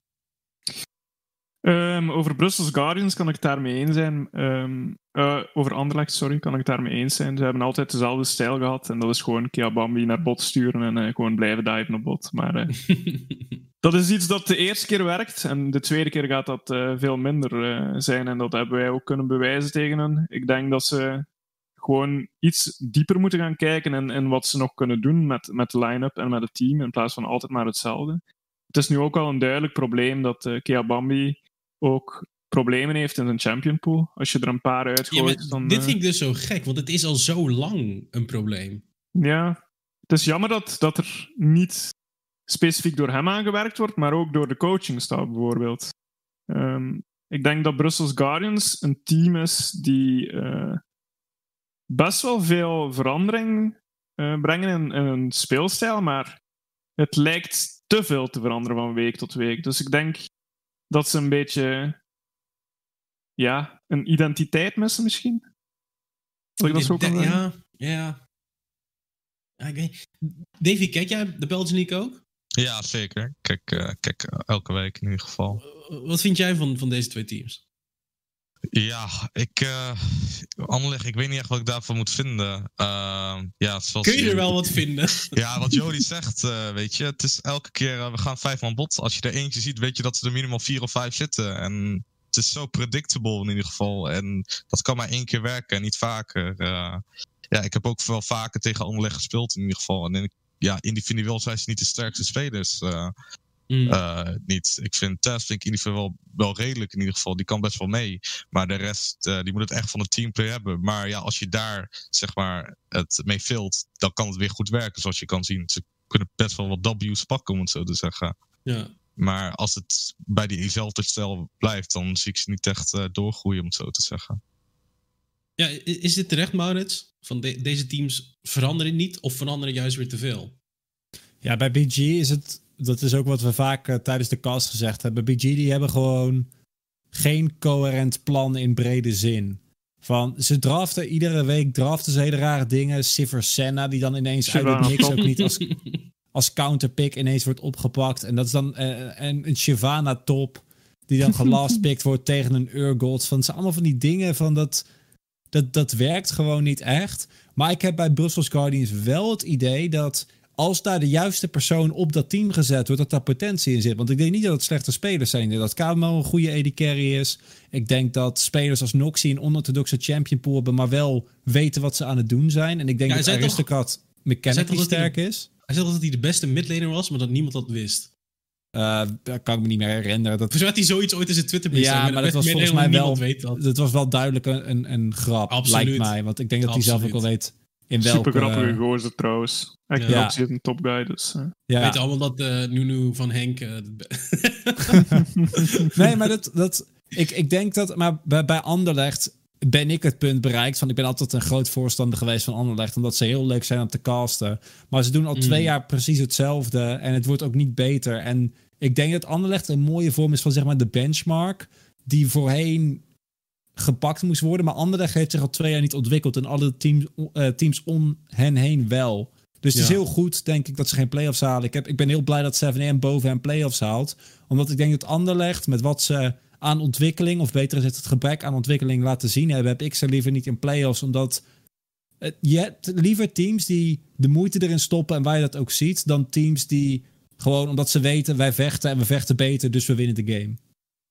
Um, over Brussels Guardians kan ik het daarmee eens zijn. Um, uh, over Anderlecht, sorry, kan ik het daarmee eens zijn. Ze hebben altijd dezelfde stijl gehad. En dat is gewoon Kiabambi naar bot sturen en uh, gewoon blijven diven op bot. Maar uh, dat is iets dat de eerste keer werkt. En de tweede keer gaat dat uh, veel minder uh, zijn. En dat hebben wij ook kunnen bewijzen tegen hen. Ik denk dat ze gewoon iets dieper moeten gaan kijken in, in wat ze nog kunnen doen met, met de line-up en met het team. In plaats van altijd maar hetzelfde. Het is nu ook al een duidelijk probleem dat uh, Kiabambi ook problemen heeft in zijn champion pool. Als je er een paar uitgooit... Ja, dan, dit uh... vind ik dus zo gek, want het is al zo lang een probleem. Ja, het is jammer dat, dat er niet specifiek door hem aangewerkt wordt, maar ook door de coachingstaf bijvoorbeeld. Um, ik denk dat Brussels Guardians een team is die uh, best wel veel verandering uh, brengen in, in een speelstijl, maar het lijkt te veel te veranderen van week tot week. Dus ik denk dat ze een beetje ja, een identiteit missen misschien. Zal ik dat zo kan zeggen? Ja, ja. Okay. Davy, kijk jij de Belgian League ook? Ja, zeker. Kijk, uh, kijk uh, elke week in ieder geval. Uh, wat vind jij van, van deze twee teams? Ja, ik... Uh, Anderlecht, ik weet niet echt wat ik daarvan moet vinden. Uh, ja, zoals Kun je er wel wat vinden? Ja, wat Jody zegt, uh, weet je. Het is elke keer, uh, we gaan vijf man bot. Als je er eentje ziet, weet je dat er minimaal vier of vijf zitten. En het is zo predictable in ieder geval. En dat kan maar één keer werken en niet vaker. Uh, ja, ik heb ook wel vaker tegen Anderlecht gespeeld in ieder geval. En in, ja, individueel zijn ze niet de sterkste spelers. Uh, mm. uh, niet. Ik vind Tess vind ik individueel wel, wel redelijk in ieder geval. Die kan best wel mee. Maar de rest, uh, die moet het echt van het teamplay hebben. Maar ja, als je daar zeg maar het mee vult, dan kan het weer goed werken zoals je kan zien. Ze kunnen best wel wat W's pakken, om het zo te zeggen. Ja. Maar als het bij diezelfde stijl blijft, dan zie ik ze niet echt uh, doorgroeien, om het zo te zeggen. Ja, is dit terecht, Maurits? Van de, deze teams veranderen niet of veranderen juist weer te veel? Ja, bij B G is het... Dat is ook wat we vaak uh, tijdens de cast gezegd hebben. B G die hebben gewoon geen coherent plan in brede zin. Van, ze draften iedere week draften ze hele rare dingen. Siver Senna die dan ineens Shiva. uit het niks ook niet als, als counterpick ineens wordt opgepakt. En dat is dan uh, en een Shyvana top die dan gelastpicked wordt tegen een Urgot. Van, het zijn allemaal van die dingen van dat, dat... Dat werkt gewoon niet echt. Maar ik heb bij Brussels Guardians wel het idee dat... als daar de juiste persoon op dat team gezet wordt, dat daar potentie in zit. Want ik denk niet dat het slechte spelers zijn. Ik denk dat Kamo een goede A D carry is. Ik denk dat spelers als Noxie een onorthodoxe champion pool hebben, maar wel weten wat ze aan het doen zijn. En ik denk Ja, dat zei Aristocrat mechanically toch dat hij sterk de- is. Hij zei dat hij de beste midlaner was, maar dat niemand dat wist. Uh, dat kan ik me niet meer herinneren. Dat, Volgens mij had hij zoiets ooit in zijn Twitter ja, maar dat was volgens mij wel, weet dat. dat was wel duidelijk een, een, een grap, Absoluut. lijkt mij. Want ik denk dat hij zelf ook Absoluut. wel weet in welke... Super grappige gozer trouwens. Echt Ja. een optie een top guy. Dus, uh. We Ja. weten allemaal dat uh, Nunu van Henk... Uh, de be- Nee, maar dat, dat, ik, ik denk dat... Maar bij, bij Anderlecht ben ik het punt bereikt van... Ik ben altijd een groot voorstander geweest van Anderlecht... omdat ze heel leuk zijn om te casten. Maar ze doen al Mm. twee jaar precies hetzelfde... en het wordt ook niet beter. En ik denk dat Anderlecht een mooie vorm is van zeg maar de benchmark... die voorheen gepakt moest worden. Maar Anderlecht heeft zich al twee jaar niet ontwikkeld... en alle teams, uh, teams om hen heen wel... Dus het is Ja. heel goed, denk ik, dat ze geen play-offs halen. Ik, heb, ik ben heel blij dat seven A M boven hen play-offs haalt. Omdat ik denk dat Anderlecht, met wat ze aan ontwikkeling... of beter gezegd het gebrek aan ontwikkeling laten zien hebben... heb ik ze liever niet in play-offs, omdat... Het, je hebt liever teams die de moeite erin stoppen... en waar je dat ook ziet, dan teams die gewoon... omdat ze weten, wij vechten en we vechten beter... dus we winnen de game.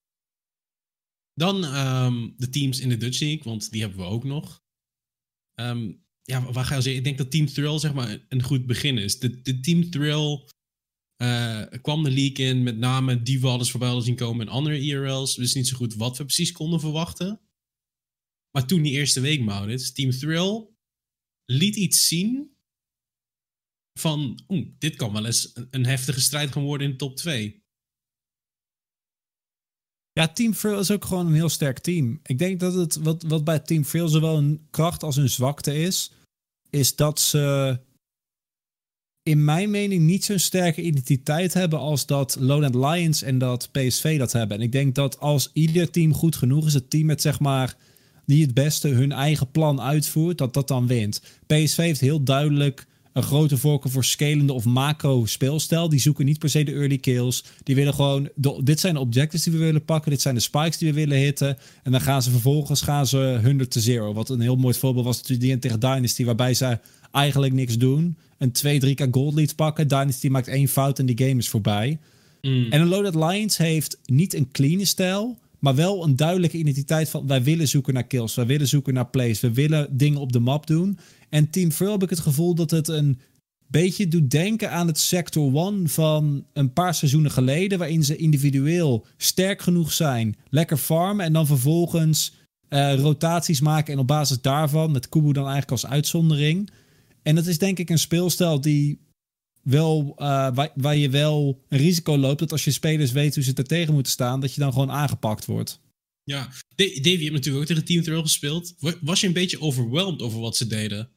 Dan um, de teams in de Dutch League, want die hebben we ook nog. Um, ja, waar ga je zeggen? Ik denk dat Team Thrill zeg maar een goed begin is. De, de Team Thrill uh, kwam de league in met namen die we al eens voorbij hadden zien komen in andere I R L's. We wisten niet zo goed wat we precies konden verwachten. Maar toen die eerste week, Maurits, Team Thrill liet iets zien van, oeh, dit kan wel eens een, een heftige strijd gaan worden in de top twee. Ja, Team Thrill is ook gewoon een heel sterk team. Ik denk dat het wat, wat bij Team Thrill zowel een kracht als een zwakte is... is dat ze in mijn mening niet zo'n sterke identiteit hebben... als dat Lowland Lions en dat P S V dat hebben. En ik denk dat als ieder team goed genoeg is... het team met zeg maar die het beste hun eigen plan uitvoert... dat dat dan wint. P S V heeft heel duidelijk een grote voorkeur voor scalende of macro speelstijl. Die zoeken niet per se de early kills. Die willen gewoon, de, dit zijn de objectives die we willen pakken. Dit zijn de spikes die we willen hitten. En dan gaan ze vervolgens gaan ze honderd to zero. Wat een heel mooi voorbeeld was natuurlijk die tegen Dynasty. Waarbij ze eigenlijk niks doen. Een twee, drie k gold lead pakken. Dynasty maakt één fout en die game is voorbij. Mm. En een Loaded Lions heeft niet een clean stijl. Maar wel een duidelijke identiteit van... wij willen zoeken naar kills. Wij willen zoeken naar plays. We willen dingen op de map doen. En Team Thrill heb ik het gevoel dat het een beetje doet denken aan het Sector one van een paar seizoenen geleden... waarin ze individueel sterk genoeg zijn, lekker farmen... en dan vervolgens uh, rotaties maken en op basis daarvan... met Kubu dan eigenlijk als uitzondering. En dat is denk ik een speelstijl die wel, uh, waar, waar je wel een risico loopt... dat als je spelers weet hoe ze er tegen moeten staan... dat je dan gewoon aangepakt wordt. Ja, Davy, je hebt natuurlijk ook tegen Team Thrill gespeeld. Was je een beetje overweldigd over wat ze deden?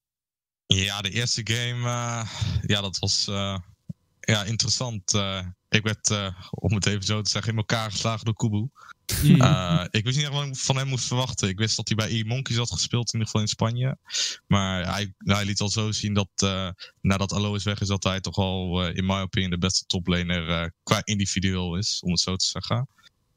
Ja, de eerste game, uh, ja, dat was uh, ja, interessant. Uh, ik werd, uh, om het even zo te zeggen, in elkaar geslagen door Kubu. Mm. Uh, ik wist niet echt wat ik van hem moest verwachten. Ik wist dat hij bij E-Monkeys had gespeeld, in ieder geval in Spanje. Maar hij, nou, hij liet al zo zien dat uh, nadat Alois weg is, dat hij toch al, uh, in my opinion, de beste toplaner uh, qua individueel is, om het zo te zeggen.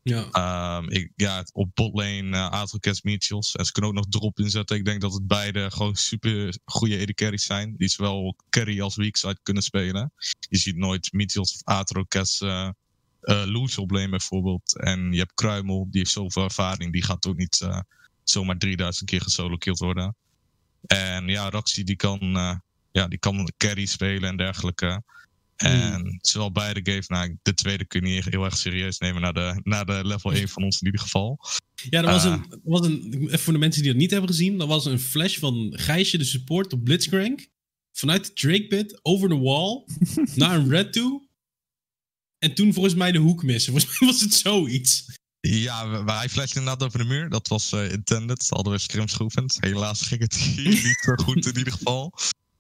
Ja. Um, ik, ja, op botlane uh, Atrocats Meteos. En ze kunnen ook nog drop inzetten. Ik denk dat het beide gewoon super goede A D carries zijn. Die zowel carry als weak side kunnen spelen. Je ziet nooit Meteos of Atrocats uh, uh, loose op lane bijvoorbeeld. En je hebt Kruimel, die heeft zoveel ervaring. Die gaat ook niet uh, zomaar drieduizend keer gesolo-killed worden. En ja, Raxi die kan, uh, ja, die kan carry spelen en dergelijke. En mm. zowel beide gave, nou, de tweede kun je niet heel erg serieus nemen naar de, naar de level één van ons in ieder geval. Ja, er was, uh, een, was een, voor de mensen die dat niet hebben gezien, er was een flash van Gijsje, de support op Blitzcrank, vanuit de Drake pit, over de wall, naar een red toe, en toen volgens mij de hoek missen. Volgens mij was het zoiets. Ja, maar hij flashte inderdaad over de muur, dat was uh, intended, hadden we scrims geoefend. Helaas ging het hier niet zo goed in ieder geval.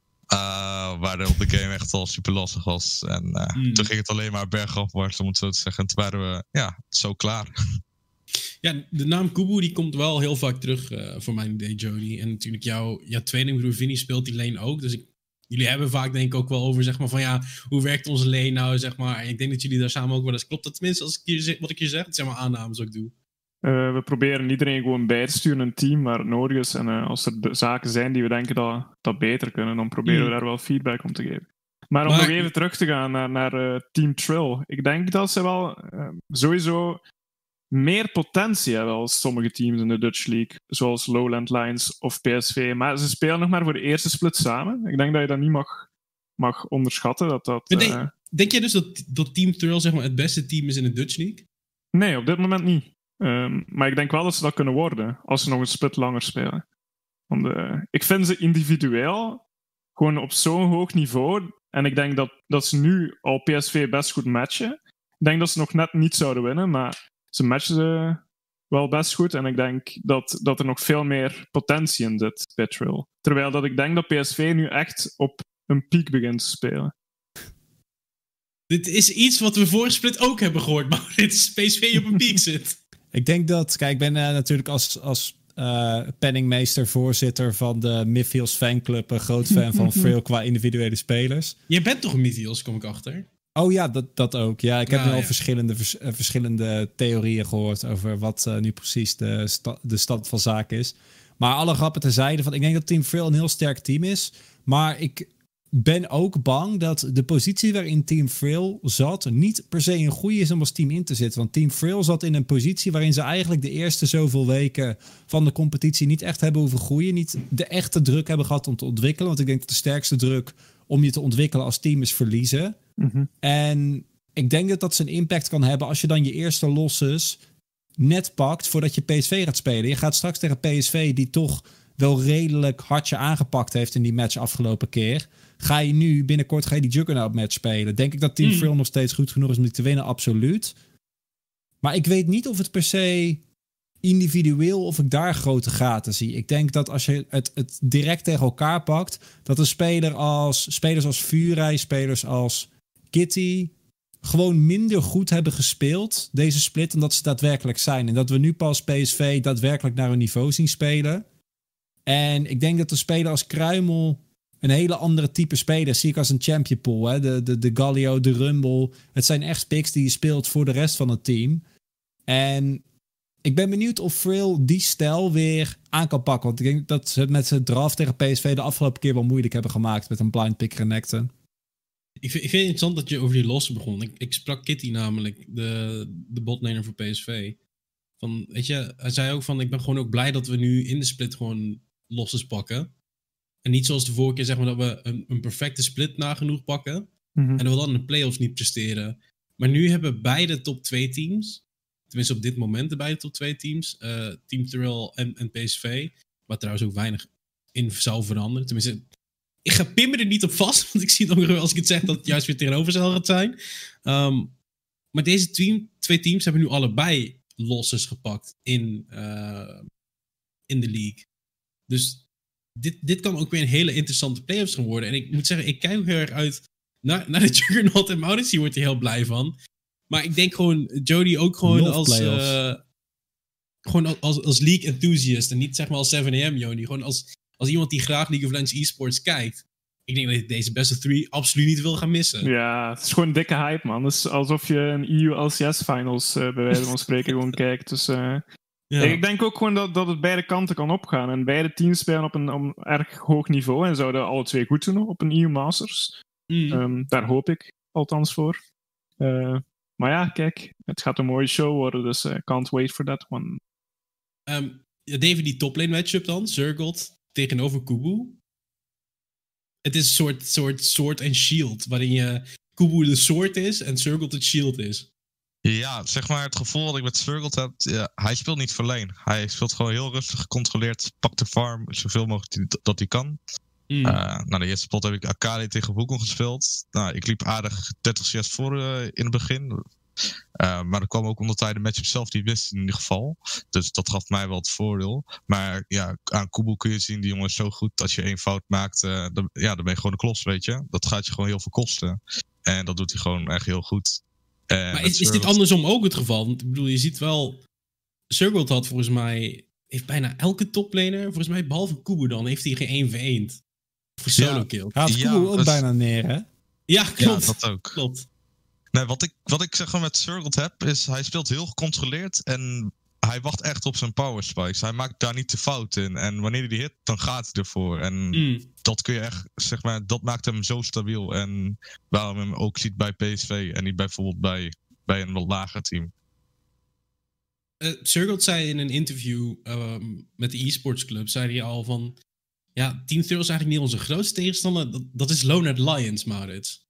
Uh, waar de, op de game echt al super lastig was. En uh, mm. toen ging het alleen maar bergafwaarts, om het zo te zeggen. En toen waren we ja, zo klaar. Ja, de naam Kubu die komt wel heel vaak terug uh, voor mijn idee, Jody. En natuurlijk jouw, jouw tweelingbroer Vinny speelt die lane ook. Dus ik, jullie hebben vaak denk ik ook wel over, zeg maar, van ja, hoe werkt onze lane nou, zeg maar. En ik denk dat jullie daar samen ook wel eens, klopt dat tenminste als ik hier, wat ik hier zeg? Het zijn maar aannames wat ik doe. Uh, we proberen iedereen gewoon bij te sturen een team waar het nodig is. En uh, als er de zaken zijn die we denken dat, dat beter kunnen, dan proberen mm. we daar wel feedback om te geven. Maar om Maar- nog even terug te gaan naar, naar uh, Team Trill. Ik denk dat ze wel uh, sowieso meer potentie hebben als sommige teams in de Dutch League. Zoals Lowland Lions of P S V. Maar ze spelen nog maar voor de eerste split samen. Ik denk dat je dat niet mag, mag onderschatten. Dat dat, Maar denk, uh... denk jij dus dat, dat Team Thrill zeg maar, het beste team is in de Dutch League? Nee, op dit moment niet. Um, maar ik denk wel dat ze dat kunnen worden. Als ze nog een split langer spelen. Want, uh, ik vind ze individueel gewoon op zo'n hoog niveau. En ik denk dat, dat ze nu al P S V best goed matchen. Ik denk dat ze nog net niet zouden winnen. Maar ze matchen ze wel best goed. En ik denk dat, dat er nog veel meer potentie in zit bij Trill. Terwijl dat ik denk dat P S V nu echt op een piek begint te spelen. Dit is iets wat we vorige split ook hebben gehoord. Maar dit is P S V op een piek zit. Ik denk dat... Kijk, ik ben uh, natuurlijk als... als Uh, penningmeester, voorzitter van de Midfields fanclub, een groot fan van Frail qua individuele spelers. Je bent toch een Midfields, kom ik achter? Oh ja, dat, dat ook. Ja, ik heb nou, nu al ja. verschillende, vers, uh, verschillende theorieën gehoord over wat uh, nu precies de, sta, de stand van zaken is. Maar alle grappen terzijde, van, ik denk dat Team Frail een heel sterk team is. Maar ik ben ook bang dat de positie waarin Team Frail zat niet per se een goede is om als team in te zitten. Want Team Frail zat in een positie waarin ze eigenlijk de eerste zoveel weken van de competitie niet echt hebben hoeven groeien. Niet de echte druk hebben gehad om te ontwikkelen. Want ik denk dat de sterkste druk om je te ontwikkelen als team is verliezen. Mm-hmm. En ik denk dat dat zijn impact kan hebben als je dan je eerste losses net pakt voordat je P S V gaat spelen. Je gaat straks tegen P S V die toch wel redelijk hard je aangepakt heeft in die match afgelopen keer. Ga je nu binnenkort ga je die Juggernaut match spelen? Denk ik dat Team Mm. Frail nog steeds goed genoeg is om die te winnen? Absoluut. Maar ik weet niet of het per se individueel of ik daar grote gaten zie. Ik denk dat als je het, het direct tegen elkaar pakt, dat een speler als spelers als Furai, spelers als Kitty gewoon minder goed hebben gespeeld deze split dan dat ze daadwerkelijk zijn. En dat we nu pas P S V daadwerkelijk naar hun niveau zien spelen. En ik denk dat een speler als Kruimel een hele andere type speler zie ik als een champion pool. Hè? De, de, de Galio, de Rumble. Het zijn echt picks die je speelt voor de rest van het team. En ik ben benieuwd of Frail die stijl weer aan kan pakken. Want ik denk dat ze het met zijn draft tegen P S V de afgelopen keer wel moeilijk hebben gemaakt met een blind pick Renekton. Ik vind, ik vind het interessant dat je over die lossen begon. Ik, ik sprak Kitty namelijk, de, de botlaner voor P S V. Van, weet je, hij zei ook van, ik ben gewoon ook blij dat we nu in de split gewoon losses pakken. En niet zoals de vorige keer, zeg maar, dat we een, een perfecte split nagenoeg pakken. Mm-hmm. En dat we dan in de playoffs niet presteren. Maar nu hebben beide top twee teams, tenminste op dit moment de beide top twee teams, uh, Team Thrill en, en P S V, waar trouwens ook weinig in zou veranderen. Tenminste, ik ga Pim er niet op vast, want ik zie het ook als ik het zeg dat het juist weer tegenovergesteld gaat zijn. Um, maar deze team, twee teams hebben nu allebei losses gepakt in, uh, in de league. Dus dit, dit kan ook weer een hele interessante playoffs gaan worden. En ik moet zeggen, ik kijk heel erg uit naar, naar de Juggernaut en Maurits. Die wordt er heel blij van. Maar ik denk gewoon, Jody ook gewoon Love als, playoffs. uh, gewoon als, als league enthusiast. En niet zeg maar als seven a.m. Jody. Gewoon als, als iemand die graag League of Legends esports kijkt. Ik denk dat je deze beste three absoluut niet wil gaan missen. Ja, het is gewoon een dikke hype, man. Het is alsof je een E U L C S finals uh, bij wijze van spreken gewoon kijkt. Dus uh, Ja. ik denk ook gewoon dat, dat het beide kanten kan opgaan. En beide teams spelen op een, op een erg hoog niveau en zouden alle twee goed doen op een E U Masters. Mm. Um, daar hoop ik althans voor. Uh, maar ja, kijk, het gaat een mooie show worden, dus uh, can't wait for that one. Um, David, die toplane matchup dan, Zergold tegenover Kubu. Het is een soort, soort sword en shield, waarin je Kubu de sword is en Zergold het shield is. Ja, zeg maar het gevoel wat ik met Zergold heb, ja, hij speelt niet voor lane. Hij speelt gewoon heel rustig, gecontroleerd, pakt de farm, zoveel mogelijk die, dat hij kan. Mm. Uh, nou, de eerste spot heb ik Akali tegen Wukong gespeeld. Nou, ik liep aardig dertig C S voor uh, in het begin. Uh, maar dat kwam ook omdat hij de matchup zelf niet wist in ieder geval. Dus dat gaf mij wel het voordeel. Maar ja, aan Kubu kun je zien, die jongen is zo goed. Als je één fout maakt, uh, dan, ja, dan ben je gewoon een klos, weet je. Dat gaat je gewoon heel veel kosten. En dat doet hij gewoon echt heel goed. Uh, maar is, is dit andersom ook het geval? Want ik bedoel, je ziet wel... Zergold had volgens mij... Heeft bijna elke toplaner, volgens mij behalve Kubu dan, heeft hij geen één voor één. Voor solo Ja. kill. Gaat Ja, Kubu ook dus- bijna neer, hè? Ja, klopt. Ja, dat ook. Klopt. Nee, wat ik, wat ik zeg maar met Zergold heb, is hij speelt heel gecontroleerd. En hij wacht echt op zijn power spikes. Hij maakt daar niet de fout in. En wanneer hij die hit, dan gaat hij ervoor. En Mm. dat kun je echt, zeg maar, dat maakt hem zo stabiel. En waarom je hem ook ziet bij P S V en niet bijvoorbeeld bij, bij een wat lager team. Uh, Circled zei in een interview um, met de e-sports club, zei hij al van, ja, Team Thrill is eigenlijk niet onze grootste tegenstander. Dat, dat is Lonert Lions, Maurits.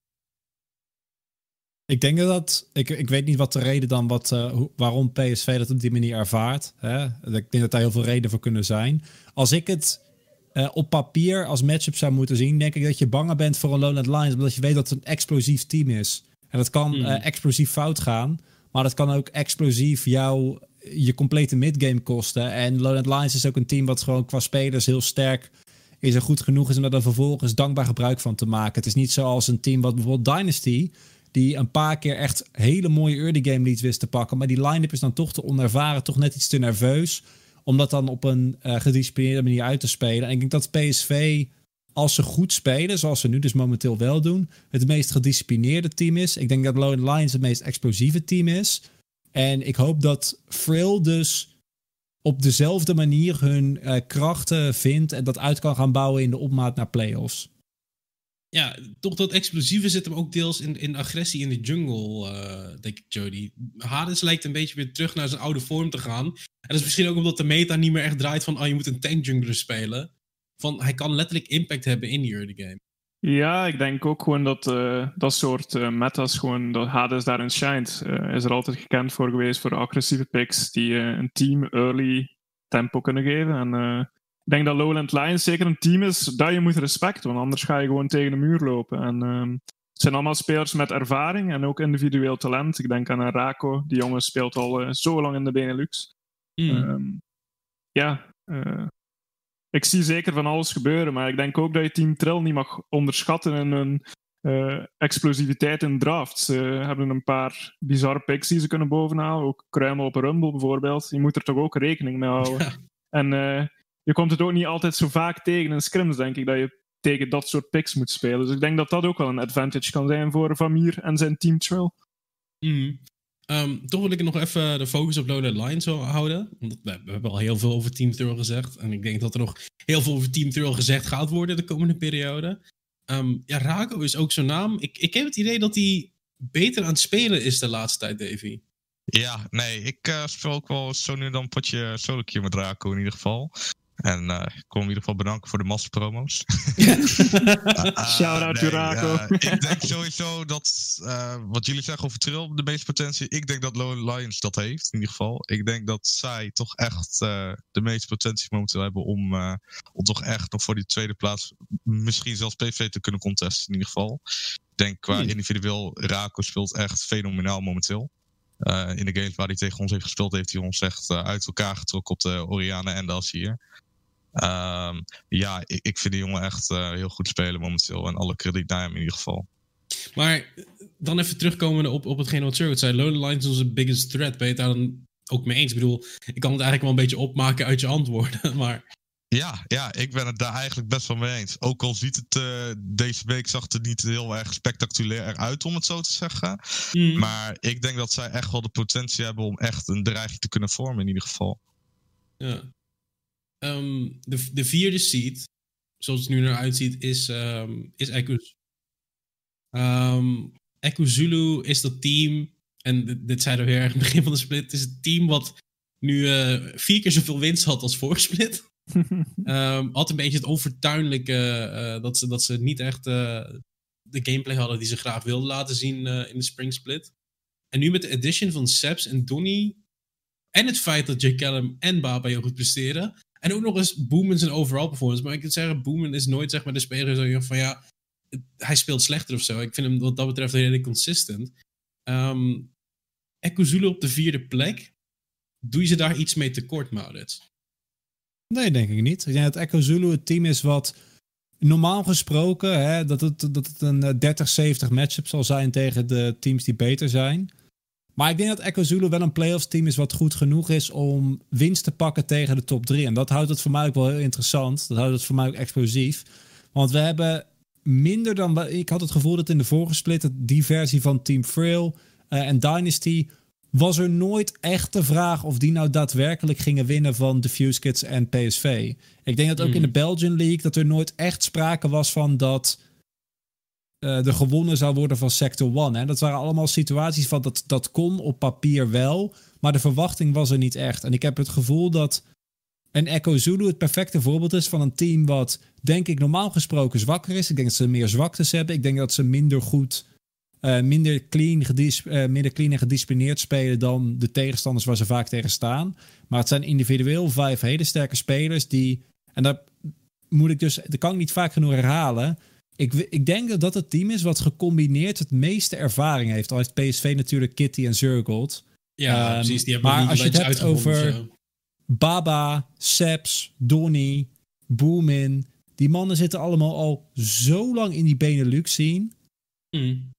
Ik denk dat, ik, ik weet niet wat de reden dan, wat, uh, hoe, waarom P S V dat op die manier ervaart. Hè? Ik denk dat daar heel veel redenen voor kunnen zijn. Als ik het uh, op papier als matchup zou moeten zien, denk ik dat je banger bent voor een Lonert Lions, omdat je weet dat het een explosief team is. En dat kan mm. uh, explosief fout gaan, maar dat kan ook explosief jou je complete midgame kosten. En Lonert Lions is ook een team wat gewoon qua spelers heel sterk is en goed genoeg is om daar vervolgens dankbaar gebruik van te maken. Het is niet zoals een team wat bijvoorbeeld Dynasty, die een paar keer echt hele mooie early game leads wist te pakken. Maar die line-up is dan toch te onervaren, toch net iets te nerveus, om dat dan op een uh, gedisciplineerde manier uit te spelen. En ik denk dat P S V, als ze goed spelen, zoals ze nu dus momenteel wel doen, het meest gedisciplineerde team is. Ik denk dat Lonert Lions het meest explosieve team is. En ik hoop dat Frill dus op dezelfde manier hun uh, krachten vindt en dat uit kan gaan bouwen in de opmaat naar playoffs. Ja, toch dat explosieve zit hem ook deels in, in agressie in de jungle, uh, denk ik, Jody. Hades lijkt een beetje weer terug naar zijn oude vorm te gaan. En dat is misschien ook omdat de meta niet meer echt draait van, oh, je moet een tank jungler spelen. Van, hij kan letterlijk impact hebben in die early game. Ja, ik denk ook gewoon dat uh, dat soort uh, metas, gewoon dat Hades daarin shined. Uh, is er altijd gekend voor geweest voor agressieve picks die uh, een team early tempo kunnen geven. En uh, ik denk dat Lowland Lions zeker een team is dat je moet respecten, want anders ga je gewoon tegen de muur lopen. En uh, het zijn allemaal spelers met ervaring en ook individueel talent. Ik denk aan een Rako, die jongen speelt al uh, zo lang in de Benelux. Mm. Um, ja, uh, ik zie zeker van alles gebeuren, maar ik denk ook dat je Team Trill niet mag onderschatten in hun uh, explosiviteit in drafts. Ze uh, hebben een paar bizarre picks die ze kunnen bovenhalen, ook kruimel op een Rumble bijvoorbeeld. Je moet er toch ook rekening mee houden. Ja. En uh, je komt het ook niet altijd zo vaak tegen in scrims, denk ik, dat je tegen dat soort picks moet spelen. Dus ik denk dat dat ook wel een advantage kan zijn voor Vamir en zijn Team Trill. Mm. Um, toch wil ik nog even de focus op Lonert Lions houden. Want we, we hebben al heel veel over Team Thrill gezegd. En ik denk dat er nog heel veel over Team Thrill gezegd gaat worden de komende periode. Um, ja, Rako is ook zo'n naam. Ik, ik heb het idee dat hij beter aan het spelen is de laatste tijd, Davy. Ja, nee, ik uh, speel ook wel zo nu dan een potje solo keer met Rako in ieder geval. En uh, ik kom in ieder geval bedanken voor de massapromo's. uh, Shout-out nee, to Rako. Uh, ik denk sowieso dat, uh, wat jullie zeggen over Trill, de meeste potentie, ik denk dat Lonert Lions dat heeft, in ieder geval. Ik denk dat zij toch echt uh, de meeste potentie momenteel hebben om, uh, om toch echt nog voor die tweede plaats, misschien zelfs P V te kunnen contesten, in ieder geval. Ik denk qua hmm. individueel, Rako speelt echt fenomenaal momenteel. Uh, in de games waar hij tegen ons heeft gespeeld, heeft hij ons echt uh, uit elkaar getrokken op de Oriana en de Alcier. Um, ja, ik, ik vind die jongen echt uh, heel goed spelen momenteel. En alle krediet naar hem in ieder geval. Maar dan even terugkomen op, op hetgeen wat Circuit zei. Lonert Lions is onze biggest threat. Ben je het daar dan ook mee eens? Ik bedoel, ik kan het eigenlijk wel een beetje opmaken uit je antwoorden. Maar... Ja, ja, ik ben het daar eigenlijk best wel mee eens. Ook al ziet het uh, deze week zag het er niet heel erg spectaculair uit, om het zo te zeggen. Mm. Maar ik denk dat zij echt wel de potentie hebben om echt een dreiging te kunnen vormen in ieder geval. Ja. Um, de, de vierde seed, zoals het nu naar uitziet, is, um, is Echo. Um, Echo Zulu is dat team, en dit, dit zeiden we heel erg in het begin van de split, het is het team wat nu uh, vier keer zoveel winst had als voor split. um, had een beetje het onfortuinlijke uh, dat, ze, dat ze niet echt uh, de gameplay hadden die ze graag wilden laten zien uh, in de spring split. En nu met de addition van Seps en Donnie en het feit dat Jake Callum en Baba heel goed presteren. En ook nog eens Boomen zijn overall performance. Maar ik kan zeggen, Boomen is nooit zeg maar de speler van ja, hij speelt slechter of zo. Ik vind hem wat dat betreft redelijk consistent. Um, Echo Zulu op de vierde plek. Doe je ze daar iets mee tekort, Maurits? Nee, denk ik niet. Ik denk dat Echo Zulu het team is wat normaal gesproken, hè, dat, het, dat het een dertig zeventig matchup zal zijn tegen de teams die beter zijn. Maar ik denk dat Echo Zulu wel een playoffs team is wat goed genoeg is om winst te pakken tegen de top drie. En dat houdt het voor mij ook wel heel interessant. Dat houdt het voor mij ook explosief. Want we hebben minder dan... Ik had het gevoel dat in de vorige split die versie van Team Frail uh, en Dynasty was er nooit echt de vraag of die nou daadwerkelijk gingen winnen van de Fuse Kids en P S V. Ik denk dat ook mm. in de Belgian League dat er nooit echt sprake was van dat uh, er gewonnen zou worden van Sector One. Hè. Dat waren allemaal situaties van dat, dat kon op papier wel, maar de verwachting was er niet echt. En ik heb het gevoel dat een Echo Zulu het perfecte voorbeeld is van een team wat, denk ik, normaal gesproken zwakker is. Ik denk dat ze meer zwaktes hebben. Ik denk dat ze minder goed, uh, minder, clean gedis- uh, minder clean en gedisciplineerd spelen dan de tegenstanders waar ze vaak tegen staan. Maar het zijn individueel vijf hele sterke spelers die, en daar moet ik dus, dat kan ik niet vaak genoeg herhalen. Ik, ik denk dat dat het team is wat gecombineerd het meeste ervaring heeft. Al heeft P S V natuurlijk Kitty en Zurgold. Ja, um, precies. Die hebben maar niet als je het hebt over zo. Baba, Seps, Donny, Boomin, die mannen zitten allemaal al zo lang in die Benelux scene. Hmm.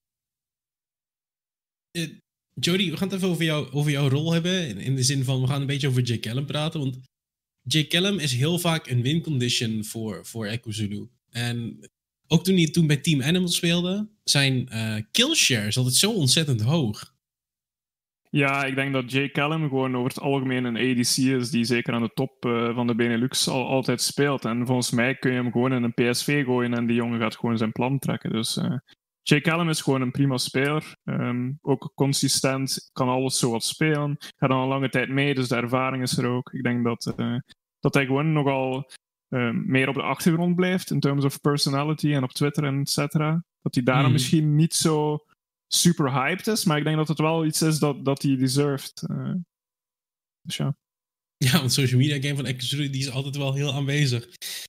Uh, Jody, we gaan het even over, jou, over jouw rol hebben. In, in de zin van, we gaan een beetje over Jake Callum praten. Want Jake Callum is heel vaak een win condition voor, voor Echo Zulu. En ook toen hij toen bij Team Animal speelde, zijn uh, killshare is altijd zo ontzettend hoog. Ja, ik denk dat Jake Callum gewoon over het algemeen een A D C is die zeker aan de top uh, van de Benelux al, altijd speelt. En volgens mij kun je hem gewoon in een P S V gooien en die jongen gaat gewoon zijn plan trekken. Dus uh, Jake Callum is gewoon een prima speler. Um, ook consistent, kan alles zo wat spelen. Gaat al een lange tijd mee, dus de ervaring is er ook. Ik denk dat, uh, dat hij gewoon nogal uh, meer op de achtergrond blijft in terms of personality en op Twitter en et cetera. Dat hij daarom mm. misschien niet zo super hyped is, maar ik denk dat het wel iets is dat, dat hij deserved. Uh, dus ja. Ja, want social media game van Echo Zulu, die is altijd wel heel aanwezig.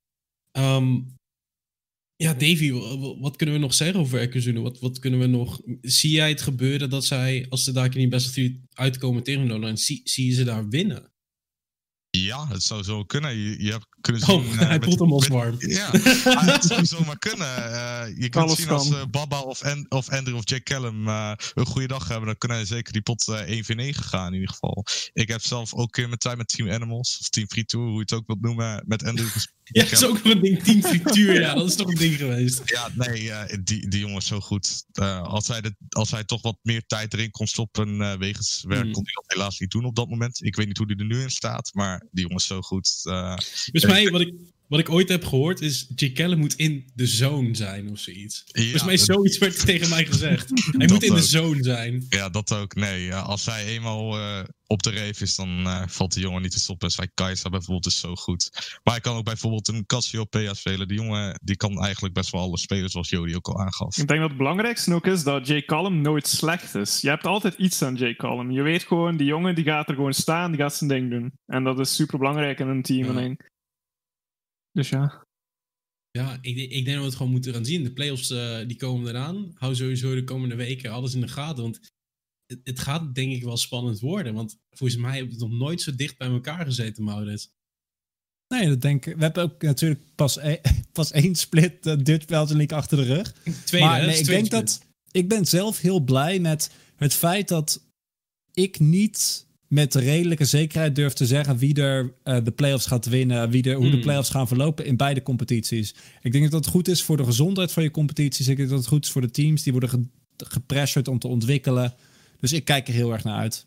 Um, ja, Davy, wat kunnen we nog zeggen over Echo Zulu? Wat, wat kunnen we nog... Zie jij het gebeuren dat zij, als ze daar in die best of three uitkomen tegen Nolan, zie, zie je ze daar winnen? Ja, het zou zo kunnen. Je, je hebt kunnen zien... Oh, uh, hij voelt hem als warm. Ja, het zou zomaar kunnen. Uh, je kunt Alles zien kan. als uh, Baba of, en, of Andrew of Jake Callum uh, een goede dag hebben, dan kunnen zeker die pot uh, één voor negen gaan in ieder geval. Ik heb zelf ook in mijn tijd met Team Animals, of Team Frituur, hoe je het ook wilt noemen, met Andrew gespeeld. Ja, dat is ook nog een ding, Team Frituur, ja, dat is toch een ding geweest. Ja, nee, uh, die, die jongen is zo goed. Uh, als, hij de, als hij toch wat meer tijd erin kon stoppen uh, wegens werk, mm. kon hij dat helaas niet doen op dat moment. Ik weet niet hoe hij er nu in staat, maar die jongen is zo goed. Uh, Volgens mij, wat ik, wat ik ooit heb gehoord, is Jake Callum moet in de zone zijn of zoiets. Ja, Volgens mij zoiets werd tegen mij gezegd. Hij moet in ook. de zone zijn. Ja, dat ook. Nee, ja, als hij eenmaal uh, op de reef is, dan uh, valt die jongen niet te stoppen. Zijn Kai'Sa bijvoorbeeld is zo goed. Maar hij kan ook bijvoorbeeld een Cassiopeia spelen. Die jongen die kan eigenlijk best wel alles spelen, zoals Jody ook al aangaf. Ik denk dat het belangrijkste ook is dat Jake Callum nooit slecht is. Je hebt altijd iets aan Jake Callum. Je weet gewoon, die jongen die gaat er gewoon staan, die gaat zijn ding doen. En dat is super belangrijk in een team. Ja. Dus ja. Ja, ik, ik denk dat we het gewoon moeten gaan zien. De playoffs uh, die komen eraan. Hou sowieso de komende weken alles in de gaten. Want het, het gaat denk ik wel spannend worden. Want volgens mij hebben we nog nooit zo dicht bij elkaar gezeten, Maurits. Nee, dat denk ik. We hebben ook natuurlijk pas, e- pas één split uh, Dutch Belgian League achter de rug. Tweede, maar nee, ik denk split. dat ik ben zelf heel blij met het feit dat ik niet met redelijke zekerheid durf te zeggen wie er uh, de playoffs gaat winnen, wie er, hoe mm. de playoffs gaan verlopen in beide competities. Ik denk dat dat goed is voor de gezondheid van je competities. Ik denk dat het goed is voor de teams. Die worden ge- gepressured om te ontwikkelen. Dus ik kijk er heel erg naar uit.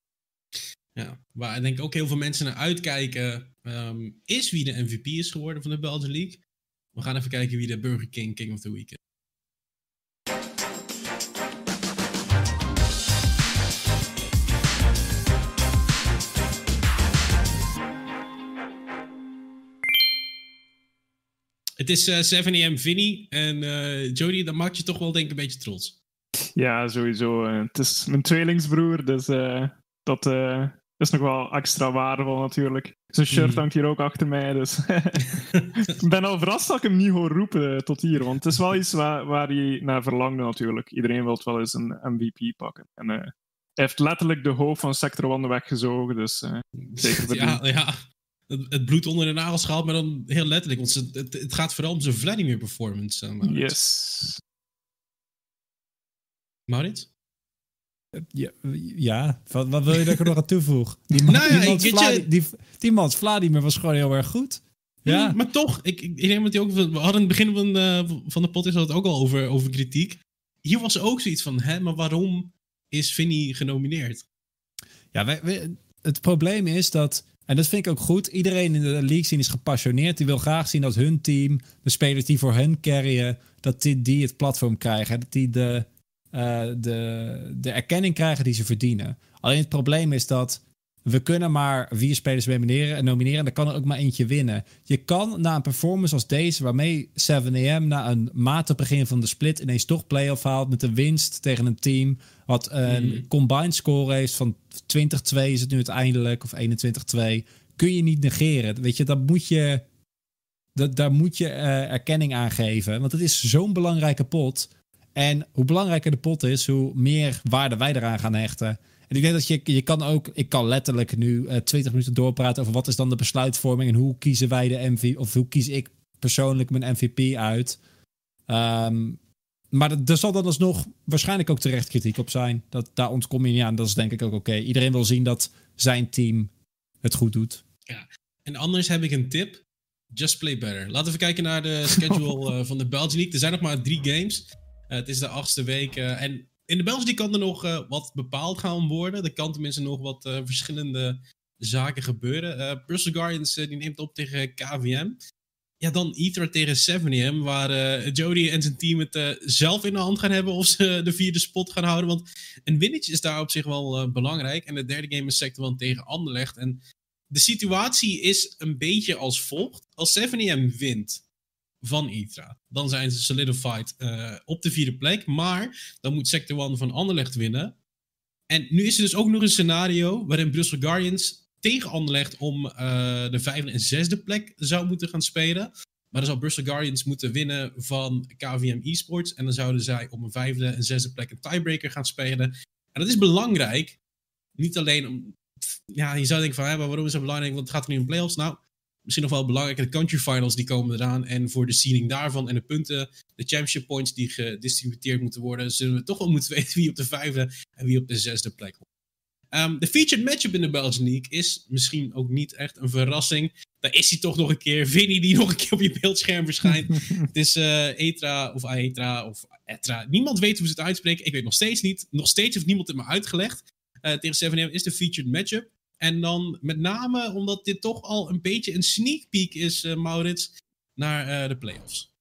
Ja, waar ik denk ook heel veel mensen naar uitkijken, um, is wie de M V P is geworden van de Belgian League. We gaan even kijken wie de Burger King King of the Week is. Het is uh, zeven a.m. Vinny en uh, Jody, dat maakt je toch wel denk ik een beetje trots. Ja, sowieso. Uh, het is mijn tweelingsbroer, dus uh, dat uh, is nog wel extra waardevol natuurlijk. Zijn shirt mm. hangt hier ook achter mij, dus ik ben al verrast dat ik hem niet hoor roepen uh, tot hier, want het is wel iets waar, waar hij naar verlangde natuurlijk. Iedereen wil wel eens een M V P pakken. En uh, hij heeft letterlijk de hoofd van Sector One weggezogen, dus uh, zeker verdiend. Ja, ja. Het, het bloed onder de nagels gehaald, maar dan heel letterlijk. Want het, het, het gaat vooral om zijn Vladimir performance. Uh, Maurits. Yes. Maurits? Ja, ja. Wat, wat wil je dat ik er nog aan toevoeg? Die, man, nou ja, die, ik, Vladi, je... die, die man Vladimir was gewoon heel erg goed. Ja, ja maar toch. Ik, ik, ik denk dat hij ook, we hadden in het begin van de, van de podcast het ook al over, over kritiek. Hier was ook zoiets van, hè, maar waarom is Vinny genomineerd? Ja, wij, wij, het probleem is dat, en dat vind ik ook goed, iedereen in de league scene is gepassioneerd. Die wil graag zien dat hun team, de spelers die voor hen carryen, dat die, die het platform krijgen. Dat die de, uh, de, de erkenning krijgen die ze verdienen. Alleen het probleem is dat we kunnen maar vier spelers nomineren en nomineren en er kan er ook maar eentje winnen. Je kan na een performance als deze, waarmee seven a.m. na een matig begin van de split ineens toch play-off haalt met een winst tegen een team wat een mm. combined score heeft van twintig twee is het nu uiteindelijk, of eenentwintig twee, kun je niet negeren. Weet je, dat moet je, dat, daar moet je uh, erkenning aan geven, want het is zo'n belangrijke pot. En hoe belangrijker de pot is, hoe meer waarde wij eraan gaan hechten. En ik denk dat je, je kan ook, ik kan letterlijk nu uh, twintig minuten doorpraten over wat is dan de besluitvorming en hoe kiezen wij de M V P, of hoe kies ik persoonlijk mijn M V P uit. Um, maar er zal dan alsnog waarschijnlijk ook terecht kritiek op zijn. Dat, daar ontkom je niet aan. Dat is denk ik ook oké. Okay. Iedereen wil zien dat zijn team het goed doet. Ja. En anders heb ik een tip. Just play better. Laten we even kijken naar de schedule uh, van de Belgian League. Er zijn nog maar drie games. Uh, het is de achtste week. Uh, en in de Belgian League kan er nog uh, wat bepaald gaan worden. Er kan tenminste nog wat uh, verschillende zaken gebeuren. Uh, Brussels Guardians uh, die neemt op tegen K V M. Ja, dan Ethra tegen seven a m. Waar uh, Jody en zijn team het uh, zelf in de hand gaan hebben of ze de vierde spot gaan houden. Want een winnetje is daar op zich wel uh, belangrijk. En de derde game is Sector one tegen Anderlecht. En de situatie is een beetje als volgt. Als seven a m wint van Ethra, dan zijn ze solidified uh, op de vierde plek. Maar dan moet Sector one van Anderlecht winnen. En nu is er dus ook nog een scenario waarin Brussels Guardians tegen Anderlecht om uh, de vijfde en zesde plek zou moeten gaan spelen. Maar dan zou Brussels Guardians moeten winnen van K V M eSports. En dan zouden zij om een vijfde en zesde plek een tiebreaker gaan spelen. En dat is belangrijk. Niet alleen om... Ja, je zou denken van, hè, maar waarom is dat belangrijk? Want het gaat er nu om playoffs. Nou, misschien nog wel belangrijk. De country finals die komen eraan. En voor de seeding daarvan en de punten, de championship points die gedistributeerd moeten worden, zullen we toch wel moeten weten wie op de vijfde en wie op de zesde plek komt. Um, de featured matchup in de Belgian League is misschien ook niet echt een verrassing. Daar is hij toch nog een keer. Vinny die nog een keer op je beeldscherm verschijnt. Het is uh, Etra of Aetra of Etra. Niemand weet hoe ze het uitspreken. Ik weet nog steeds niet. Nog steeds heeft niemand het me uitgelegd. Uh, tegen seven a m is de featured matchup. En dan met name omdat dit toch al een beetje een sneak peek is, uh, Maurits, naar uh, de playoffs.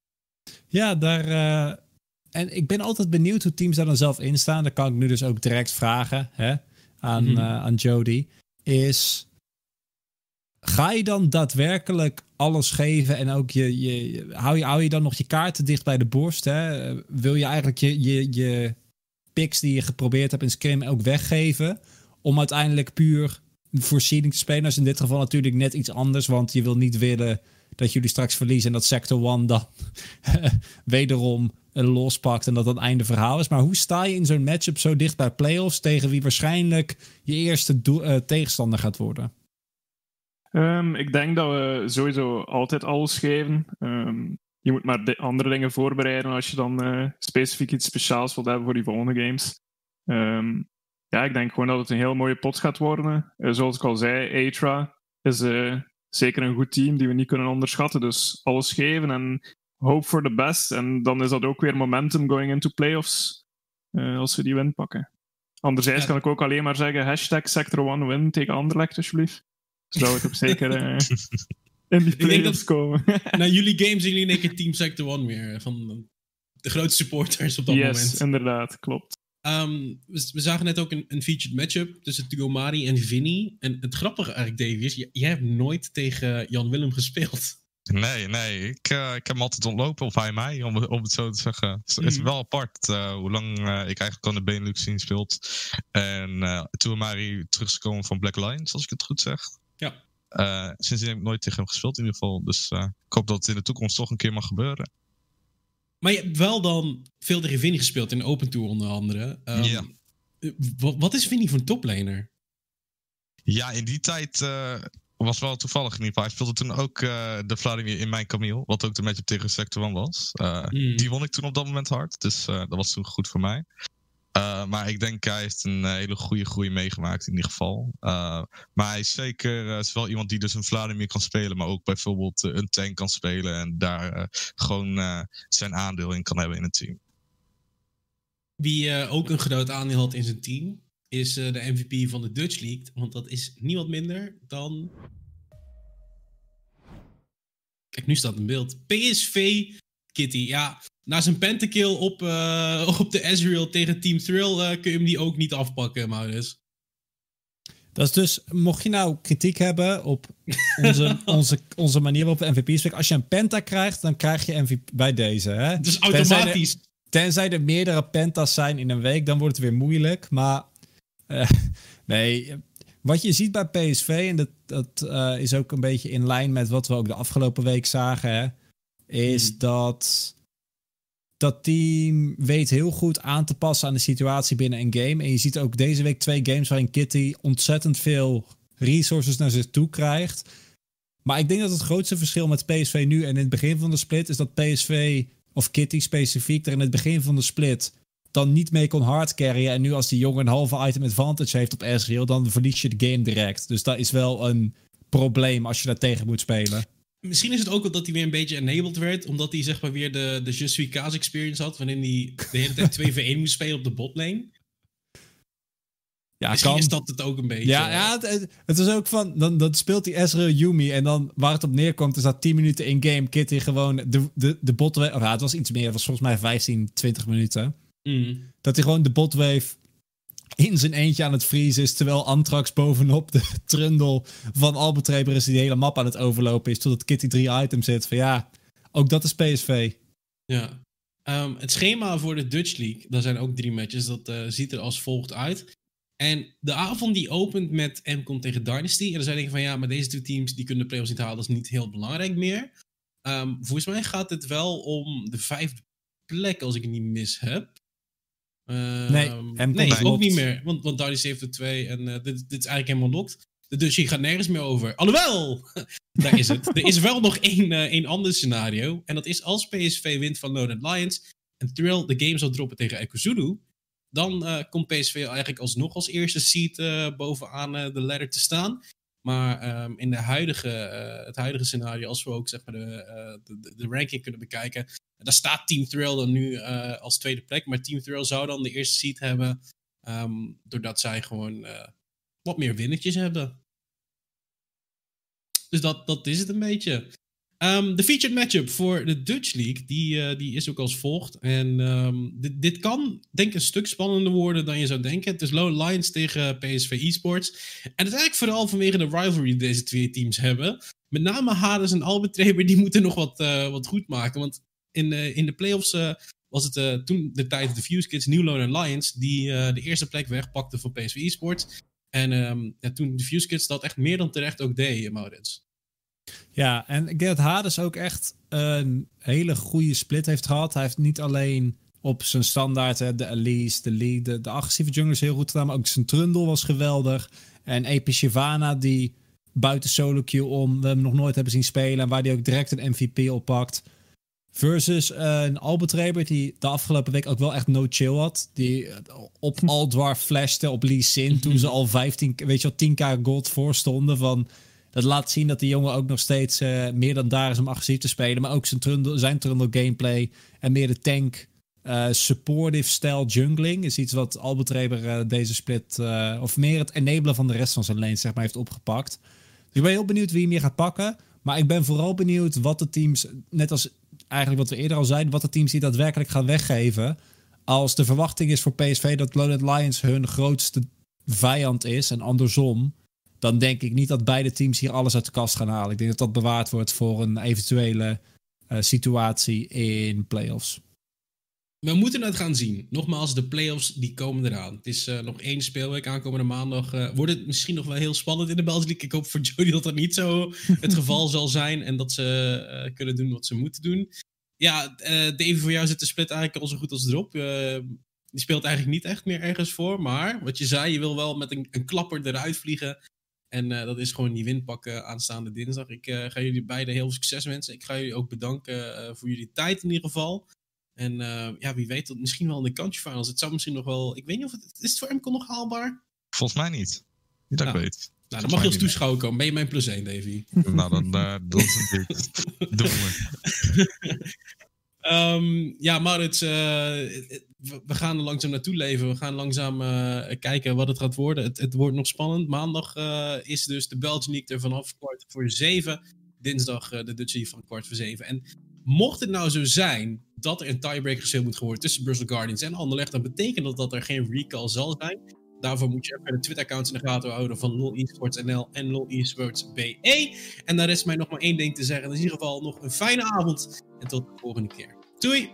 Ja, daar... Uh, en ik ben altijd benieuwd hoe teams daar dan zelf in staan. Dat kan ik nu dus ook direct vragen, hè? Aan, mm-hmm. uh, aan Jody, is... Ga je dan daadwerkelijk alles geven en ook je, je, hou, je hou je dan nog je kaarten dicht bij de borst? Hè? Wil je eigenlijk je, je, je picks die je geprobeerd hebt in Scrim ook weggeven om uiteindelijk puur voor seeding te spelen? Dat is in dit geval natuurlijk net iets anders, want je wil niet willen dat jullie straks verliezen en dat Sector one dan wederom lospakt en dat dat einde verhaal is. Maar hoe sta je in zo'n matchup zo dicht bij playoffs tegen wie waarschijnlijk je eerste do- uh, tegenstander gaat worden? Um, ik denk dat we sowieso altijd alles geven. Um, je moet maar de andere dingen voorbereiden als je dan uh, specifiek iets speciaals wilt hebben voor die volgende games. Um, ja, ik denk gewoon dat het een heel mooie pot gaat worden. Uh, zoals ik al zei, Atra is uh, zeker een goed team die we niet kunnen onderschatten. Dus alles geven en hope for the best. En dan is dat ook weer momentum going into playoffs. Uh, als we die win pakken. Anderzijds ja. kan ik ook alleen maar zeggen hashtag Sector one win tegen Anderlecht alsjeblieft. Zou het op zeker uh, in die playoffs komen. Na jullie game zien jullie in één keer Team Sector one weer. Van de grootste supporters op dat yes, moment. Yes, inderdaad. Klopt. Um, we, we zagen net ook een, een featured matchup tussen Tugomari en Vinny. En het grappige eigenlijk, Davy, is... J- jij hebt nooit tegen Jan Willem gespeeld. Nee, nee. Ik, uh, ik heb hem altijd ontlopen, of hij mij, om, om het zo te zeggen. Het is, mm. is wel apart uh, hoe lang uh, ik eigenlijk al de Benelux scene speelt. En uh, Tugomari terug is gekomen van Black Lions, als ik het goed zeg. Ja. Uh, sindsdien heb ik nooit tegen hem gespeeld in ieder geval. Dus uh, ik hoop dat het in de toekomst toch een keer mag gebeuren. Maar je hebt wel dan veel tegen Vinny gespeeld in de Open Tour onder andere. Um, ja. W- wat is Vinny voor toplaner? Ja, in die tijd uh, was wel toevallig in ieder geval. Hij speelde toen ook uh, de Vladimir in mijn Camille. Wat ook de matchup tegen Sector one was. Uh, mm. Die won ik toen op dat moment hard. Dus uh, dat was toen goed voor mij. Uh, maar ik denk hij heeft een uh, hele goede groei meegemaakt in ieder geval. Uh, maar hij is zeker uh, is wel iemand die dus een Vladimir kan spelen. Maar ook bijvoorbeeld uh, een tank kan spelen. En daar uh, gewoon uh, zijn aandeel in kan hebben in het team. Wie uh, ook een groot aandeel had in zijn team. is uh, de M V P van de Dutch League. Want dat is niemand minder dan... Kijk, nu staat een beeld. P S V Kitty. Ja, na zijn pentakill op, uh, op de Ezreal tegen Team Thrill uh, kun je hem die ook niet afpakken, Maurits. Dat is dus, mocht je nou kritiek hebben op onze, onze, onze manier waarop we M V P's pikken. Als je een penta krijgt, dan krijg je M V P bij deze. Hè? Dus automatisch. Tenzij er, tenzij er meerdere penta's zijn in een week, dan wordt het weer moeilijk. Maar uh, nee, wat je ziet bij P S V, en dat, dat uh, is ook een beetje in lijn met wat we ook de afgelopen week zagen, hè, is hmm. dat... Dat team weet heel goed aan te passen aan de situatie binnen een game. En je ziet ook deze week twee games waarin Kitty ontzettend veel resources naar zich toe krijgt. Maar ik denk dat het grootste verschil met P S V nu en in het begin van de split is dat P S V, of Kitty specifiek, er in het begin van de split dan niet mee kon hardcarryen. En nu als die jongen een halve item advantage heeft op Ezreal, dan verlies je de game direct. Dus dat is wel een probleem als je daar tegen moet spelen. Misschien is het ook wel dat hij weer een beetje enabled werd, omdat hij zeg maar weer de, de Je suis Kaas experience had, waarin hij de hele tijd twee v één moest spelen op de botlane. Ja, Misschien kan. is dat het ook een beetje. Ja, ja het, het is ook van, dan, dan speelt hij Ezreal Yuumi en dan waar het op neerkomt is dat tien minuten in game Kitty gewoon de, de, de botwave, of ja, het was iets meer, het was volgens mij vijftien, twintig minuten. Mm. Dat hij gewoon de botwave in zijn eentje aan het freezen is, terwijl Anthrax bovenop de trundle van Albetreber is die de hele map aan het overlopen is, totdat Kitty drie items zit. Van ja, ook dat is P S V. Ja. Um, het schema voor de Dutch League, daar zijn ook drie matches, dat uh, ziet er als volgt uit. En de avond die opent met M COM tegen Dynasty. En dan zou je denken van ja, maar deze twee teams die kunnen de playoffs niet halen, dat is niet heel belangrijk meer. Um, volgens mij gaat het wel om de vijfde plek, als ik het niet mis heb. Uh, nee, M nee ook niet meer. Want, want Dynasty heeft er twee en uh, dit, dit is eigenlijk helemaal locked. De Dutch League gaat nergens meer over. Alhoewel, daar is het. Er is wel nog één, uh, één ander scenario. En dat is als P S V wint van Loaded Lions en Thrill de game zal droppen tegen Ekuzulu, dan uh, komt P S V eigenlijk alsnog als eerste seed uh, bovenaan uh, de ladder te staan. Maar um, in de huidige, uh, het huidige scenario, als we ook zeg maar, de, uh, de, de ranking kunnen bekijken, daar staat Team Thrill dan nu uh, als tweede plek. Maar Team Thrill zou dan de eerste seed hebben, um, doordat zij gewoon uh, wat meer winnetjes hebben. Dus dat, dat is het een beetje. Um, de featured matchup voor de Dutch League, die, uh, die is ook als volgt. En um, dit, dit kan, denk ik, een stuk spannender worden dan je zou denken. Het is Low Lions tegen P S V eSports. En het is eigenlijk vooral vanwege de rivalry die deze twee teams hebben. Met name Hades en Albetreber, die moeten nog wat, uh, wat goed maken. Want in, uh, in de playoffs uh, was het uh, toen de tijd de Fuse Kids, New Loner Lions, die uh, de eerste plek wegpakten voor P S V eSports. En um, ja, toen de Fuse Kids dat echt meer dan terecht ook deed, Maurits. Ja, en ik denk dat Hades ook echt een hele goede split heeft gehad. Hij heeft niet alleen op zijn standaard, hè, de Elise, de Lee, de, de agressieve junglers heel goed gedaan, maar ook zijn Trundle was geweldig. En Epi Shyvana, die buiten solo queue om, we hem nog nooit hebben zien spelen, en waar hij ook direct een M V P oppakt. Versus uh, een Albetreber die de afgelopen week ook wel echt no chill had. Die op Aldwar flashte op Lee Sin toen ze al vijftien, weet je wel, tien k gold voor stonden. Van, dat laat zien dat die jongen ook nog steeds uh, meer dan daar is om agressief te spelen. Maar ook zijn Trundle, zijn Trundle gameplay en meer de tank uh, supportive style jungling is iets wat Albetreber uh, deze split, uh, of meer het enablen van de rest van zijn lane, zeg maar, heeft opgepakt. Dus ik ben heel benieuwd wie hem hier gaat pakken. Maar ik ben vooral benieuwd wat de teams, net als eigenlijk wat we eerder al zeiden, wat de teams die daadwerkelijk gaan weggeven. Als de verwachting is voor P S V dat Loaded Lions hun grootste vijand is en andersom, dan denk ik niet dat beide teams hier alles uit de kast gaan halen. Ik denk dat dat bewaard wordt voor een eventuele uh, situatie in playoffs. We moeten het gaan zien. Nogmaals, de playoffs die komen eraan. Het is uh, nog één speelweek aankomende maandag. Uh, wordt het misschien nog wel heel spannend in de Belgische League. Ik hoop voor Jody dat dat niet zo het geval zal zijn. En dat ze uh, kunnen doen wat ze moeten doen. Ja, uh, Davy, voor jou zit de split eigenlijk al zo goed als erop. Uh, die speelt eigenlijk niet echt meer ergens voor. Maar wat je zei, je wil wel met een, een klapper eruit vliegen. En uh, dat is gewoon die win pakken aanstaande dinsdag. Ik uh, ga jullie beiden heel veel succes wensen. Ik ga jullie ook bedanken uh, voor jullie tijd in ieder geval. En uh, ja, wie weet, dat misschien wel in de country finals. Het zou misschien nog wel... Ik weet niet of het... Is het voor M C O M nog haalbaar? Volgens mij niet. Niet dat nou, ik weet. Nou, dan mag je als toeschouwer komen. Ben je mijn plus één, Davy? Nou, dan uh, dat is een beetje. Doen we. Um, ja, Maurits, uh, we gaan er langzaam naartoe leven. We gaan langzaam uh, kijken wat het gaat worden. Het, het wordt nog spannend. Maandag uh, is dus de Belgian League er vanaf kwart voor zeven. Dinsdag uh, de Dutch League van kwart voor zeven. En mocht het nou zo zijn dat er een tiebreaker gespeeld moet worden tussen Brussels Guardians en Anderlecht, dan betekent dat dat er geen recall zal zijn. Daarvoor moet je even de Twitter-accounts in de gaten houden van LoL Esports N L en LoL Esports B E. En daar is mij nog maar één ding te zeggen. In ieder geval nog een fijne avond en tot de volgende keer. Doei!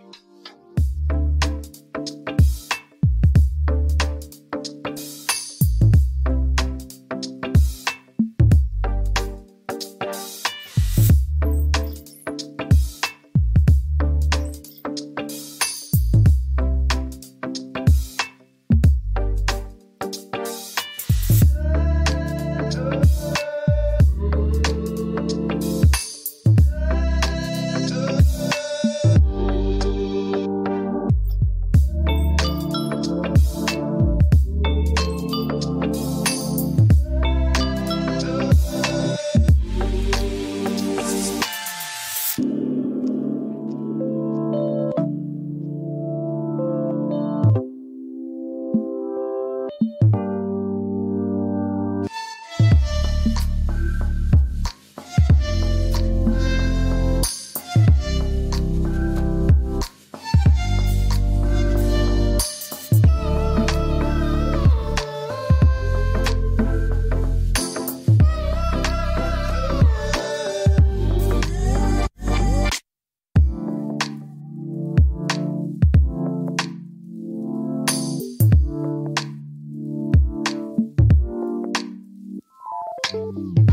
Thank you.